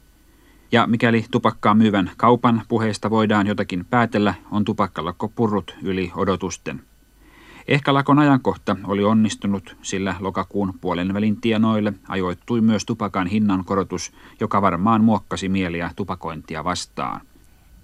Ja mikäli tupakkaa myyvän kaupan puheesta voidaan jotakin päätellä, on tupakkalakko purrut yli odotusten. Ehkä lakon ajankohta oli onnistunut, sillä lokakuun puolen välin tienoille ajoittui myös tupakan hinnan korotus, joka varmaan muokkasi mieliä tupakointia vastaan.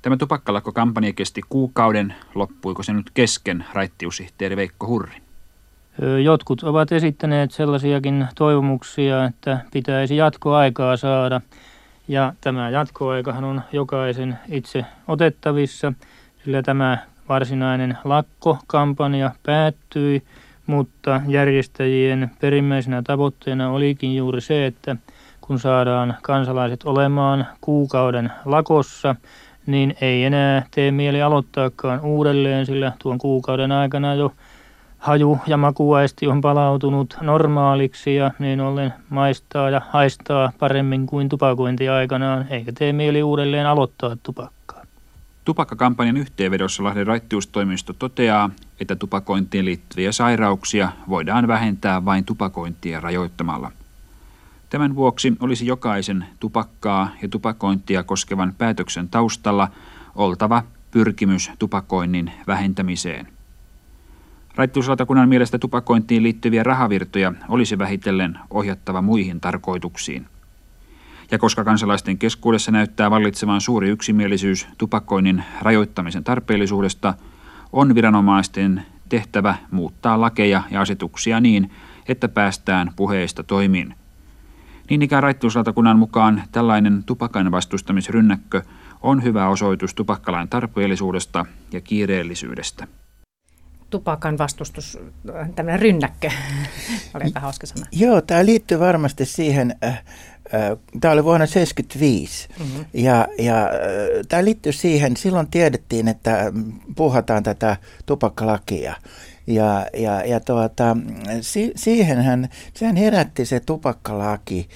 Tämä tupakkalakkokampanja kesti kuukauden. Loppuiko se nyt kesken, raittiussihteeri Veikko Hurri? Jotkut ovat esittäneet sellaisiakin toivomuksia, että pitäisi jatkoaikaa saada. Ja tämä jatkoaikahan on jokaisen itse otettavissa, sillä tämä varsinainen lakkokampanja päättyi, mutta järjestäjien perimmäisenä tavoitteena olikin juuri se, että kun saadaan kansalaiset olemaan kuukauden lakossa, niin ei enää tee mieli aloittaakaan uudelleen, sillä tuon kuukauden aikana jo haju- ja makuaisti on palautunut normaaliksi ja niin ollen maistaa ja haistaa paremmin kuin tupakointi aikanaan, eikä tee mieli uudelleen aloittaa tupakkaa. Tupakkakampanjan yhteenvedossa Lahden raittiustoimisto toteaa, että tupakointiin liittyviä sairauksia voidaan vähentää vain tupakointia rajoittamalla. Tämän vuoksi olisi jokaisen tupakkaa ja tupakointia koskevan päätöksen taustalla oltava pyrkimys tupakoinnin vähentämiseen. Raittiuslautakunnan mielestä tupakointiin liittyviä rahavirtoja olisi vähitellen ohjattava muihin tarkoituksiin. Ja koska kansalaisten keskuudessa näyttää vallitsevan suuri yksimielisyys tupakoinnin rajoittamisen tarpeellisuudesta, on viranomaisten tehtävä muuttaa lakeja ja asetuksia niin, että päästään puheista toimiin. Niin ikään raittiuslautakunnan mukaan tällainen tupakan vastustamisrynnäkkö on hyvä osoitus tupakkalain tarpeellisuudesta ja kiireellisyydestä. Tupakan vastustus, tämmöinen rynnäkkö, olipa hauska sana. Joo, tämä liittyy varmasti siihen, äh, äh, tämä oli vuonna tuhatyhdeksänsataaseitsemänkymmentäviisi, mm-hmm. ja, ja äh, tämä liittyy siihen, silloin tiedettiin, että puhataan tätä tupakkalakia. Ja, ja, ja tuota, si, siihenhän, sehän herätti se tupakkalaki,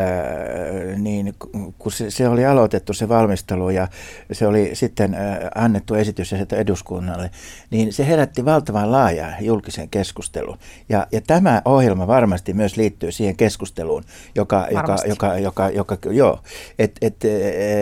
ää, niin kun se, se oli aloitettu se valmistelu ja se oli sitten ää, annettu esitys eduskunnalle, niin se herätti valtavan laajaa julkisen keskustelun. Ja, ja tämä ohjelma varmasti myös liittyy siihen keskusteluun, joka, joka, joka, joka, joka joo, et, et, ää,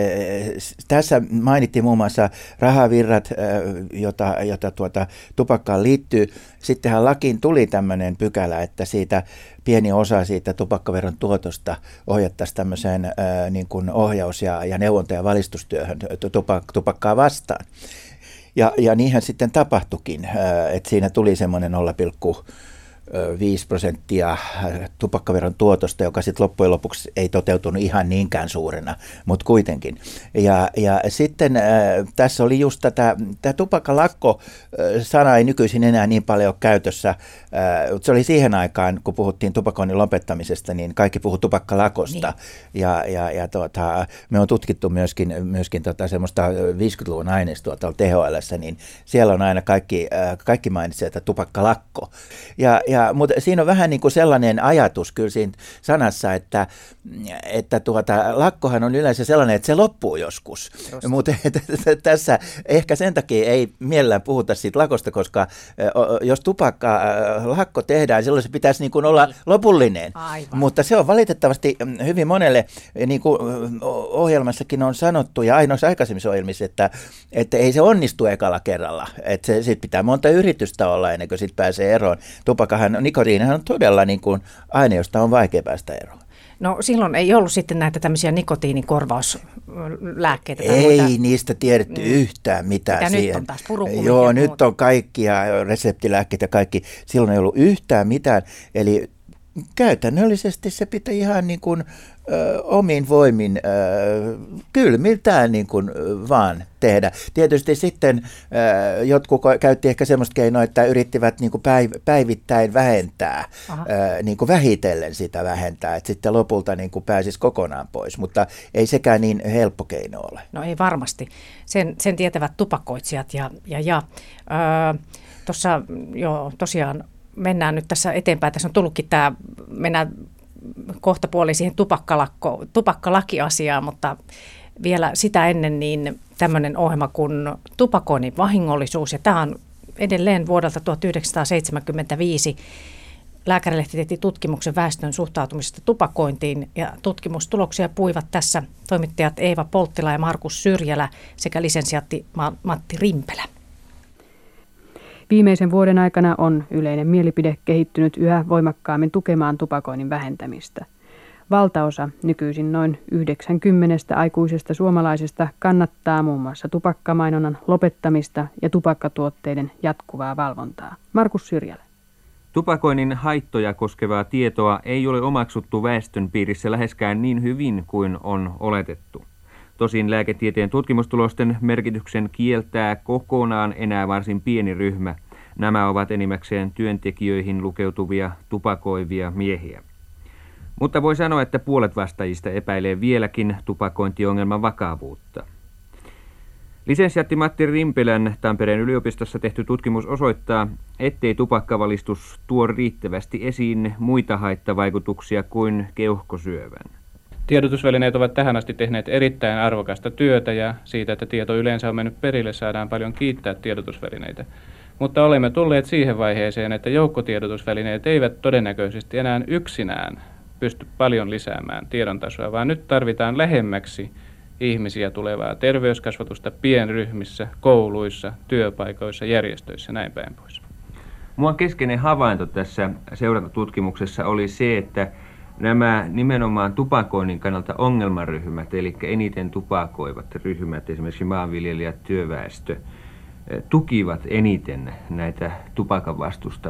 tässä mainittiin muun muassa rahavirrat, ää, jota, jota tuota, tupakkaan liittyy. Sittenhän lakiin tuli tämmöinen pykälä, että siitä pieni osa siitä tupakkaveron tuotosta ohjattaisiin tämmöiseen ää, niin kuin ohjaus- ja, ja neuvonta- ja valistustyöhön tupak, tupakkaa vastaan. Ja, ja niinhän sitten tapahtuikin, ää, että siinä tuli semmoinen nolla pilkku viisi prosenttia tupakkaveron tuotosta, joka sitten loppujen lopuksi ei toteutunut ihan niinkään suurena, mutta kuitenkin. Ja, ja sitten äh, tässä oli just tätä, tämä tupakkalakko-sana ei nykyisin enää niin paljon ole käytössä. Äh, se oli siihen aikaan, kun puhuttiin tupakoinnin lopettamisesta, niin kaikki puhui tupakkalakosta. Niin. Ja, ja, ja tuota, me on tutkittu myöskin, myöskin tota semmoista viisikymmentäluvun aineistoa tuolla T H L:ssä, niin siellä on aina kaikki, äh, kaikki mainitsee, että tupakkalakko. Ja, ja Ja, mutta siinä on vähän niin kuin sellainen ajatus kyllä siinä sanassa, että, että tuota, lakkohan on yleensä sellainen, että se loppuu joskus. Mutta tässä ehkä sen takia ei mielellään puhuta siitä lakosta, koska jos tupakka lakko tehdään, silloin se pitäisi niin kuin olla lopullinen. Aivan. Mutta se on valitettavasti hyvin monelle, niin kuin ohjelmassakin on sanottu ja ainoassa aikaisemmissa ohjelmissa, että, että ei se onnistu ekalla kerralla. Että se, sit pitää monta yritystä olla ennen kuin sit pääsee eroon. Tupakahan nikotiinihan on todella niin kuin aine, josta on vaikea päästä eroon. No silloin ei ollut sitten näitä tämmöisiä nikotiinikorvauslääkkeitä. Ei muita. Niistä tiedetty mm. yhtään mitään. Mitä siihen. Nyt on taas purukumit. Joo, nyt muuta. On kaikkia reseptilääkkeitä ja kaikki. Silloin ei ollut yhtään mitään. Eli käytännöllisesti se pitää ihan niin kuin ö, omin voimin ö, kylmiltään niin kuin vaan tehdä. Tietysti sitten ö, jotkut käytti ehkä semmoista keinoa, että yrittivät niin kuin päiv- päivittäin vähentää, ö, niin kuin vähitellen sitä vähentää, että sitten lopulta niin kuin pääsisi kokonaan pois, mutta ei sekään niin helppo keino ole. No ei varmasti. Sen, sen tietävät tupakoitsijat ja, ja, ja ö, tuossa jo tosiaan mennään nyt tässä eteenpäin. Tässä on tullutkin tämä, mennään kohtapuoliin siihen tupakkalakko, tupakkalakiasiaan, mutta vielä sitä ennen niin tämmöinen ohjelma kuin tupakoinnin vahingollisuus. Ja tämä on edelleen vuodelta tuhatyhdeksänsataaseitsemänkymmentäviisi. Lääkärilehti tehtiin tutkimuksen väestön suhtautumisesta tupakointiin ja tutkimustuloksia puivat tässä toimittajat Eeva Polttila ja Markus Syrjälä sekä lisensiaatti Matti Rimpelä. Viimeisen vuoden aikana on yleinen mielipide kehittynyt yhä voimakkaammin tukemaan tupakoinnin vähentämistä. Valtaosa nykyisin noin yhdeksänkymmentä aikuisesta suomalaisesta kannattaa muun muassa tupakkamainonnan lopettamista ja tupakkatuotteiden jatkuvaa valvontaa. Markus Syrjälä. Tupakoinnin haittoja koskevaa tietoa ei ole omaksuttu väestön piirissä läheskään niin hyvin kuin on oletettu. Tosin lääketieteen tutkimustulosten merkityksen kieltää kokonaan enää varsin pieni ryhmä. Nämä ovat enimmäkseen työntekijöihin lukeutuvia tupakoivia miehiä. Mutta voi sanoa, että puolet vastaajista epäilee vieläkin tupakointiongelman vakavuutta. Lisensiaatti Matti Rimpelän Tampereen yliopistossa tehty tutkimus osoittaa, ettei tupakkavalistus tuo riittävästi esiin muita haittavaikutuksia kuin keuhkosyövän. Tiedotusvälineet ovat tähän asti tehneet erittäin arvokasta työtä ja siitä, että tieto yleensä on mennyt perille, saadaan paljon kiittää tiedotusvälineitä. Mutta olemme tulleet siihen vaiheeseen, että joukkotiedotusvälineet eivät todennäköisesti enää yksinään pysty paljon lisäämään tiedontasoa, vaan nyt tarvitaan lähemmäksi ihmisiä tulevaa terveyskasvatusta pienryhmissä, kouluissa, työpaikoissa, järjestöissä, näin päin pois. Mua keskeinen havainto tässä seurantatutkimuksessa oli se, että nämä nimenomaan tupakoinnin kannalta ongelmaryhmät, eli eniten tupakoivat ryhmät, esimerkiksi maanviljelijät, työväestö, tukivat eniten näitä tupakan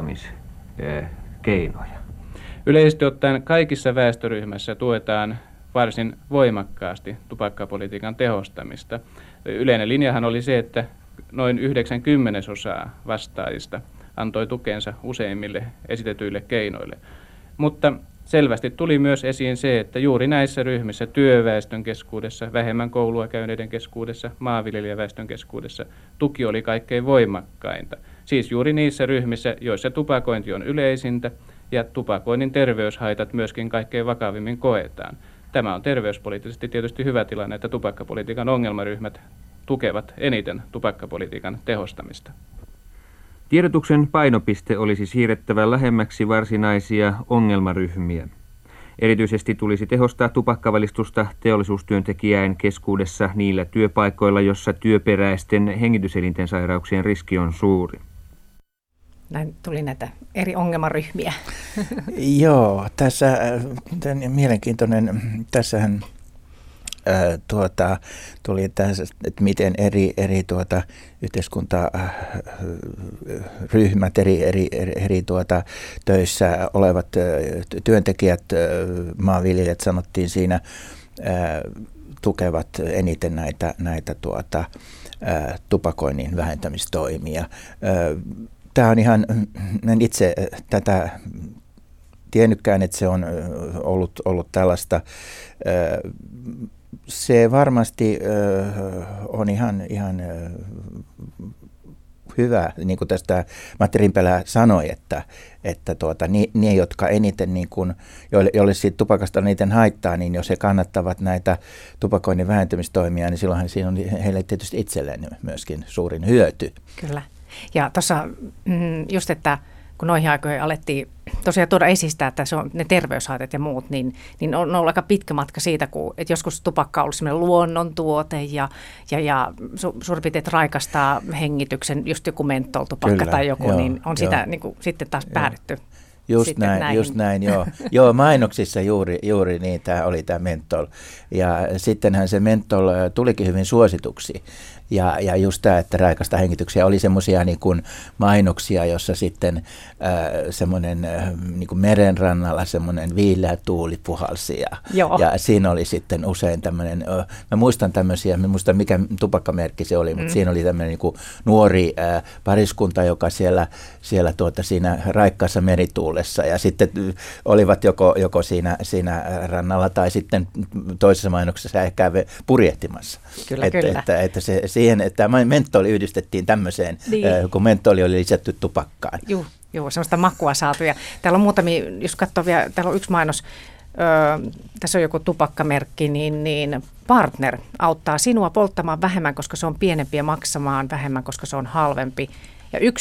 vastustamiskeinoja. Yleisesti ottaen kaikissa väestöryhmässä tuetaan varsin voimakkaasti tupakkapolitiikan tehostamista. Yleinen linjahan oli se, että noin yhdeksänkymmentä osaa vastaajista antoi tukensa useimmille esitetyille keinoille. Mutta selvästi tuli myös esiin se, että juuri näissä ryhmissä, työväestön keskuudessa, vähemmän koulua käyneiden keskuudessa, maanviljelijäväestön keskuudessa, tuki oli kaikkein voimakkainta. Siis juuri niissä ryhmissä, joissa tupakointi on yleisintä ja tupakoinnin terveyshaitat myöskin kaikkein vakavimmin koetaan. Tämä on terveyspoliittisesti tietysti hyvä tilanne, että tupakkapolitiikan ongelmaryhmät tukevat eniten tupakkapolitiikan tehostamista. Tiedotuksen painopiste olisi siirrettävä lähemmäksi varsinaisia ongelmaryhmiä. Erityisesti tulisi tehostaa tupakkavalistusta teollisuustyöntekijäin keskuudessa niillä työpaikoilla, jossa työperäisten hengityselinten sairauksien riski on suuri. Näin tuli näitä eri ongelmaryhmiä. Joo, tässä tämän mielenkiintoinen, tässähän ää, tuota, tuli tässä, että miten eri, eri tuota, yhteiskuntaryhmät, eri, eri, eri, eri tuota, töissä olevat työntekijät, maanviljelijät sanottiin siinä, ää, tukevat eniten näitä, näitä tuota, ää, tupakoinnin vähentämistoimia. Ää, Tämä on ihan, en itse tätä tiennytkään, että se on ollut, ollut tällaista. Se varmasti on ihan, ihan hyvä, niin kuin tästä Matti Rimpelä sanoi, että, että tuota, ne, jotka eniten, niin kuin, joille, joille siitä tupakasta eniten haittaa, niin jos he kannattavat näitä tupakoinnin vähentämistoimia, niin silloinhan siinä on heille tietysti itselleen myöskin suurin hyöty. Kyllä. Ja tuossa just, että kun noihin aikoihin alettiin tosiaan tuoda esistä, että se on ne terveyshaitat ja muut, niin, niin on ollut aika pitkä matka siitä, kun että joskus tupakka on ollut sellainen luonnontuote ja, ja, ja su, suurin piirtein raikastaa hengityksen, just joku mentoltupakka Kyllä, tai joku, joo, niin on sitä niin kuin, sitten taas päädytty. Just näin, näihin. just näin, joo. Joo, mainoksissa juuri, juuri niin tämä oli tämä mentol. Ja sittenhän se mentol tulikin hyvin suosituksi. Ja, ja just tämä, että raikasta hengityksiä oli semmoisia niin kuin mainoksia, jossa sitten äh, semmoinen äh, niin kuin merenrannalla semmoinen viileä tuuli puhalsi. Ja, ja siinä oli sitten usein tämmöinen, äh, mä muistan tämmöisiä, mä muistan mikä tupakkamerkki se oli, mm. mutta siinä oli tämmöinen niin kuin nuori äh, pariskunta, joka siellä, siellä tuota, siinä raikkaassa merituulessa ja sitten olivat joko, joko siinä, siinä rannalla tai sitten toisessa mainoksessa ehkä purjehtimassa. Kyllä, että, kyllä. Että, että se siihen, että mentoli yhdistettiin tämmöiseen, niin. kun mentoli oli lisätty tupakkaan. Joo, joo, semmoista makua saatu. Ja täällä on muutamia, jos katsoo vielä, täällä on yksi mainos, öö, tässä on joku tupakkamerkki, niin, niin partner auttaa sinua polttamaan vähemmän, koska se on pienempi ja maksamaan vähemmän, koska se on halvempi. Ja yksi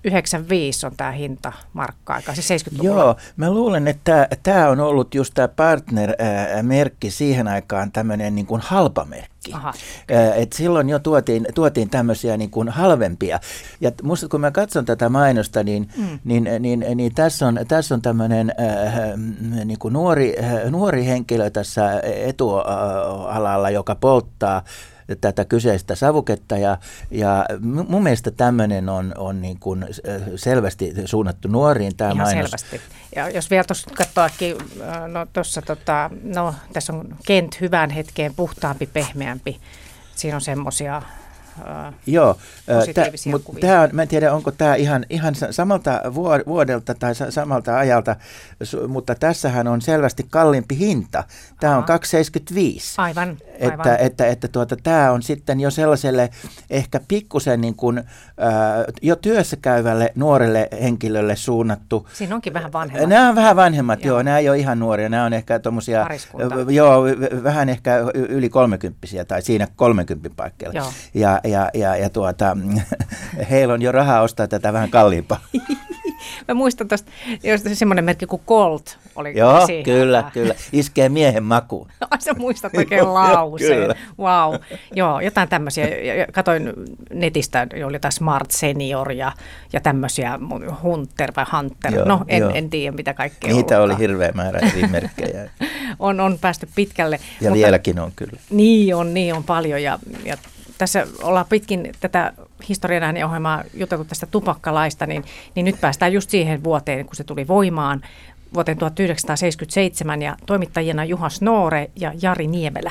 yhdeksänkymmentäviisi on tämä hinta markka-aika, siis seitsemänkymmentäluvulla. Joo, mä luulen, että tämä on ollut just tämä Partner-merkki siihen aikaan tämmöinen niin kuin halpamerkki. Et silloin jo tuotiin, tuotiin tämmöisiä niin kuin halvempia. Ja musta kun mä katson tätä mainosta, niin, mm. niin, niin, niin tässä on, tässä on tämmöinen äh, niin kuin nuori, äh, nuori henkilö tässä etualalla, joka polttaa tätä kyseistä savuketta, ja, ja mun mielestä tämmöinen on, on niin kuin selvästi suunnattu nuoriin tämä Ihan mainos. selvästi. Ja jos vielä tuossa katsoakin, no, tossa, tota, no tässä on Kent hyvään hetkeen puhtaampi, pehmeämpi. Siinä on semmoisia Joo, positiivisia mutta kuvia. tämä on, mä en tiedä, onko tämä ihan, ihan samalta vuodelta tai samalta ajalta, mutta tässähän on selvästi kalliimpi hinta. Tämä on kaksi seitsemänkymmentäviisi. Aivan, aivan. Että, että, että tuota, tämä on sitten jo sellaiselle ehkä pikkusen niin kuin, äh, jo työssä käyvälle nuorelle henkilölle suunnattu. Siinä onkin vähän vanhemmat. Nämä on vähän vanhemmat, joo. joo nämä ei ole ihan nuoria. Nämä on ehkä tuommoisia, joo, vähän ehkä yli kolmekymppisiä tai siinä kolmenkympin paikkeilla. Joo. Ja, ja, ja, ja tuota, heillä on jo rahaa ostaa tätä vähän kalliimpaa. Mä muistan tuosta, semmoinen merkki kuin Colt oli. Joo, siihen. kyllä, kyllä. Iskee miehen makuun. Ai sä muistat oikein lauseen. Wow. Joo, jotain tämmöisiä. Katoin netistä, oli jotain Smart Senior ja, ja tämmöisiä, Hunter vai Hunter. Joo, no, en, jo. en tiedä mitä kaikkea Niitä ollutkaan. oli hirveä määrä eri merkkejä. on, on päästy pitkälle. Ja mutta, vieläkin on kyllä. Niin on, niin on paljon. Ja, ja tässä ollaan pitkin tätä historian ääni-ohjelmaa juteltu tästä tupakkalaista, niin, niin nyt päästään just siihen vuoteen, kun se tuli voimaan, vuoteen tuhatyhdeksänsataaseitsemänkymmentäseitsemän, ja toimittajina Juha Snoore ja Jari Niemelä.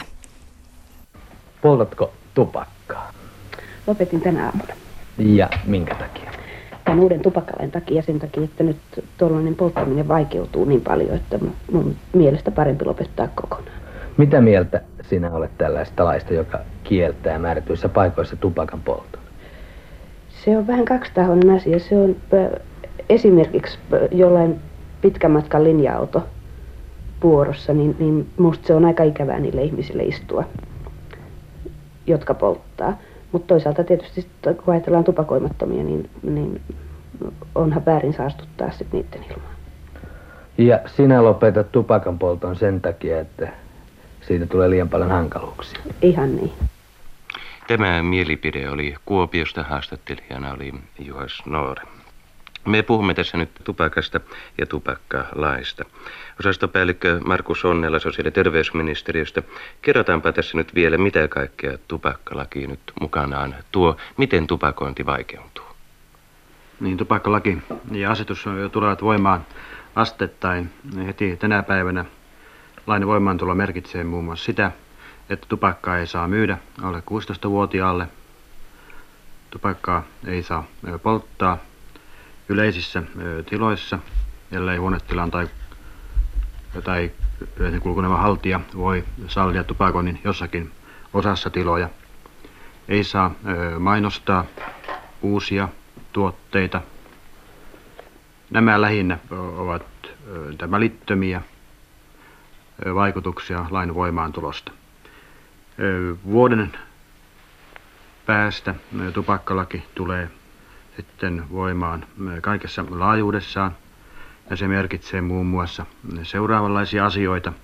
Poltatko tupakkaa? Lopetin tänä aamuna. Ja minkä takia? Tämän uuden tupakkalain takia, sen takia, että nyt tuollainen polttaminen vaikeutuu niin paljon, että mun mielestä parempi lopettaa kokonaan. Mitä mieltä sinä olet tällaista laista, joka kieltää määrätyissä paikoissa tupakan polton? Se on vähän kaksitahoinen asia. Se on esimerkiksi jollain pitkän matkan linja-auto vuorossa, niin, niin musta se on aika ikävää niille ihmisille istua, jotka polttaa. Mutta toisaalta tietysti kun ajatellaan tupakoimattomia, niin, niin onhan väärin saastuttaa sitten niiden ilmaa. Ja sinä lopetat tupakan polton sen takia, että siitä tulee liian paljon hankaluuksia. Ihan niin. Tämä mielipide oli Kuopiosta, haastattelijana oli Juha Snoore. Me puhumme tässä nyt tupakasta ja tupakkalaista. Osastopäällikkö Markus Onnela sosiaali- ja terveysministeriöstä. Kerrotaanpa tässä nyt vielä, mitä kaikkea tupakkalaki nyt mukanaan tuo. Miten tupakointi vaikeutuu? Niin, tupakkalaki ja asetus tulevat voimaan astettain heti tänä päivänä. Lain voimaantulo merkitsee muun muassa sitä, että tupakkaa ei saa myydä alle kuusitoistavuotiaalle. Tupakkaa ei saa polttaa yleisissä tiloissa, ellei huonetilaan tai, tai yleisen kulkuneuvan haltija voi sallia tupakoinnin jossakin osassa tiloja. Ei saa mainostaa uusia tuotteita. Nämä lähinnä ovat välittömiä vaikutuksia lain voimaantulosta. Vuoden päästä tupakkalaki tulee sitten voimaan kaikessa laajuudessaan, ja se merkitsee muun muassa seuraavanlaisia asioita.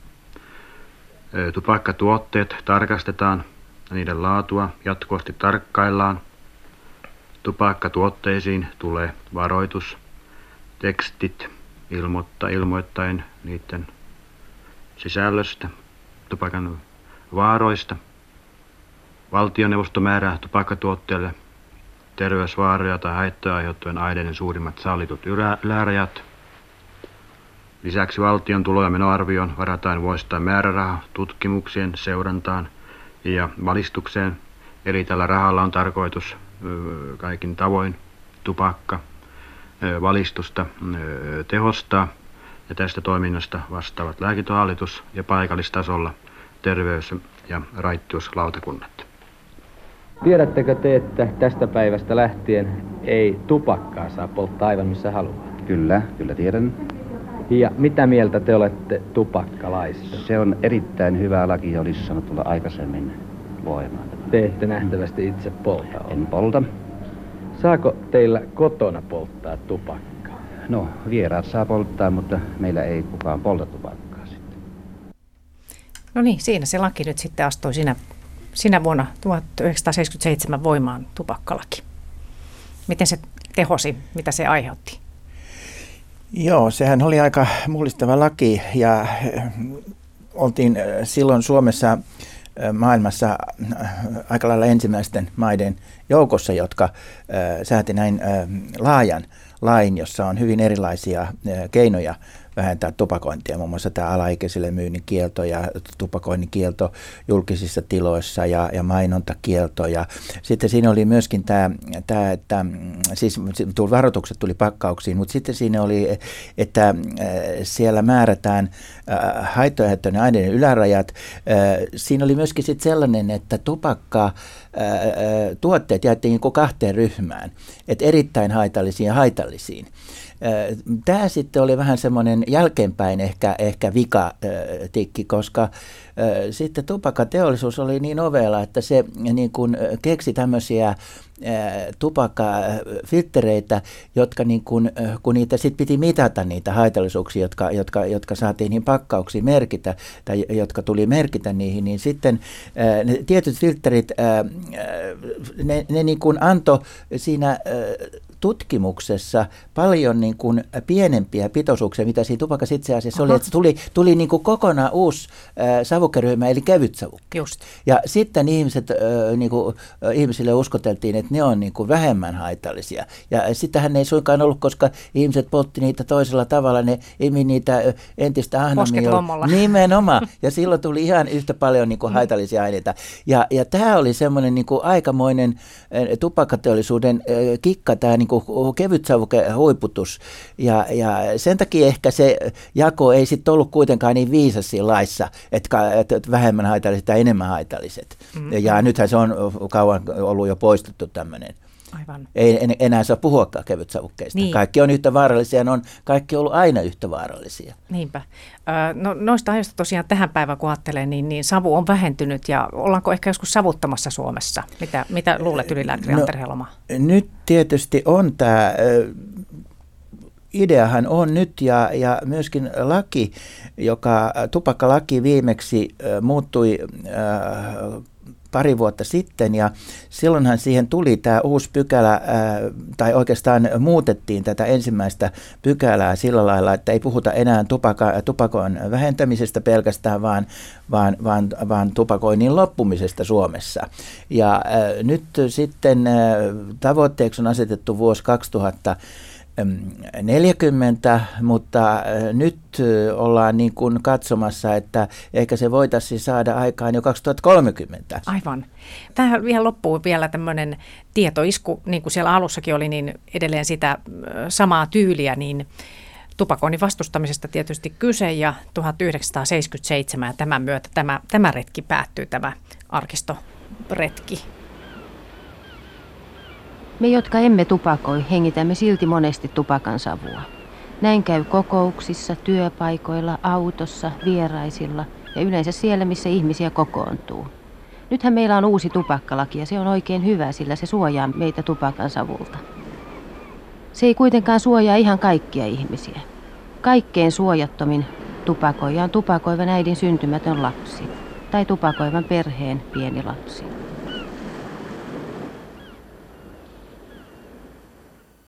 Tupakkatuotteet tarkastetaan ja niiden laatua jatkuvasti tarkkaillaan. Tupakkatuotteisiin tulee varoitus, tekstit ilmoittaa, ilmoittaen niiden sisällöstä, tupakan vaaroista. Valtioneuvosto määrää tupakkatuotteille terveysvaaroja tai haittoja aiheuttavien aineiden suurimmat sallitut ylärajat. Lisäksi valtion tulo- ja menoarvioon varataan vuosittain määräraha tutkimuksien seurantaan ja valistukseen. Eli tällä rahalla on tarkoitus kaikin tavoin tupakka valistusta tehostaa. Ja tästä toiminnasta vastaavat lääkintöhallitus ja paikallistasolla terveys- ja raittiuslautakunnat. Tiedättekö te, että tästä päivästä lähtien ei tupakkaa saa polttaa aivan missä haluaa? Kyllä, kyllä tiedän. Ja mitä mieltä te olette tupakkalaista? Se on erittäin hyvä laki ja olisi saanut tulla aikaisemmin voimaan. Te ette nähtävästi itse polta. En polta. Saako teillä kotona polttaa tupakkaa? No, vieraat saa polttaa, mutta meillä ei kukaan polta tupakkaa sitten. No niin, siinä se laki nyt sitten astui sinä, sinä vuonna tuhatyhdeksänsataaseitsemänkymmentäseitsemän voimaan, tupakkalaki. Miten se tehosi, mitä se aiheutti? Joo, sehän oli aika mullistava laki ja oltiin silloin Suomessa maailmassa aika lailla ensimmäisten maiden joukossa, jotka sääti näin laajan lain, jossa on hyvin erilaisia keinoja vähentää tupakointia, muun muassa tämä alaikäisille myynnin kielto ja tupakoinnin kielto julkisissa tiloissa ja, ja mainontakielto. Ja sitten siinä oli myöskin tämä, tämä että siis varoitukset tuli pakkauksiin, mutta sitten siinä oli, että siellä määrätään haittoja aineiden ylärajat. Siinä oli myöskin sitten sellainen, että tupakka tuotteet jaettiin kahteen ryhmään, että erittäin haitallisiin ja haitallisiin. Tämä sitten oli vähän semmoinen jälkeenpäin ehkä, ehkä vikatikki, koska sitten tupakkateollisuus oli niin ovela, että se niin kuin keksi tämmöisiä tupakkafilttereitä, jotka niin kuin, kun niitä sitten piti mitata niitä haitallisuuksia, jotka, jotka, jotka saatiin niin pakkauksiin merkitä tai jotka tuli merkitä niihin, niin sitten ne tietyt filtterit, ne, ne niin kuin antoi siinä tutkimuksessa paljon niin kuin pienempiä pitoisuuksia, mitä siinä tupakassa itse asiassa Aha. oli. Että tuli tuli niin kuin kokonaan uusi äh, savukeryhmä, eli kevytsavukkeet. Just. Ja sitten ihmiset, äh, niin kuin, äh, ihmisille uskoteltiin, että ne on niin kuin vähemmän haitallisia. Ja sitähän ei suinkaan ollut, koska ihmiset poltti niitä toisella tavalla. Ne imi niitä entistä ahnammin. Nimenomaan. Ja silloin tuli ihan yhtä paljon niin kuin haitallisia aineita. Ja, ja tämä oli semmoinen niin kuin aikamoinen äh, tupakkateollisuuden äh, kikka, tämä niin kevytsavuke huiputus ja, ja sen takia ehkä se jako ei sitten ollut kuitenkaan niin viisas siinä laissa, että, että vähemmän haitalliset tai enemmän haitalliset. Mm-hmm. Ja nythän se on kauan ollut jo poistettu tämmöinen. Aivan. Ei en, enää saa puhuakaan kevytsavukkeista. Niin. Kaikki on yhtä vaarallisia, ne on kaikki ollut aina yhtä vaarallisia. Niinpä. No, noista ajoista tosiaan tähän päivään kun ajattelee, niin, niin savu on vähentynyt ja ollaanko ehkä joskus savuttamassa Suomessa? Mitä, mitä luulet ylilääkäri no, Anteri Helomaa? Nyt tietysti on tämä, ideahan on nyt ja, ja myöskin laki, joka tupakkalaki viimeksi muuttui pari vuotta sitten ja silloinhan siihen tuli tämä uusi pykälä, ää, tai oikeastaan muutettiin tätä ensimmäistä pykälää sillä lailla, että ei puhuta enää tupaka, tupakon vähentämisestä pelkästään, vaan, vaan, vaan, vaan tupakoinnin loppumisesta Suomessa. Ja ää, nyt sitten ää, tavoitteeksi on asetettu vuosi kaksituhattaneljäkymmentä, mutta nyt ollaan niin kuin katsomassa, että ehkä se voitaisiin saada aikaan jo kaksituhattakolmekymmentä. Aivan. Tähän vielä loppuu vielä tämmöinen tietoisku, niin kuin siellä alussakin oli, niin edelleen sitä samaa tyyliä, niin tupakoinnin vastustamisesta tietysti kyse ja tuhatyhdeksänsataaseitsemänkymmentäseitsemän ja tämän myötä tämä, tämä retki päättyy, tämä arkistoretki. Me, jotka emme tupakoi, hengitämme silti monesti tupakan savua. Näin käy kokouksissa, työpaikoilla, autossa, vieraisilla ja yleensä siellä, missä ihmisiä kokoontuu. Nythän meillä on uusi tupakkalaki ja se on oikein hyvä, sillä se suojaa meitä tupakan savulta. Se ei kuitenkaan suojaa ihan kaikkia ihmisiä. Kaikkein suojattomin tupakoija on tupakoivan äidin syntymätön lapsi tai tupakoivan perheen pieni lapsi.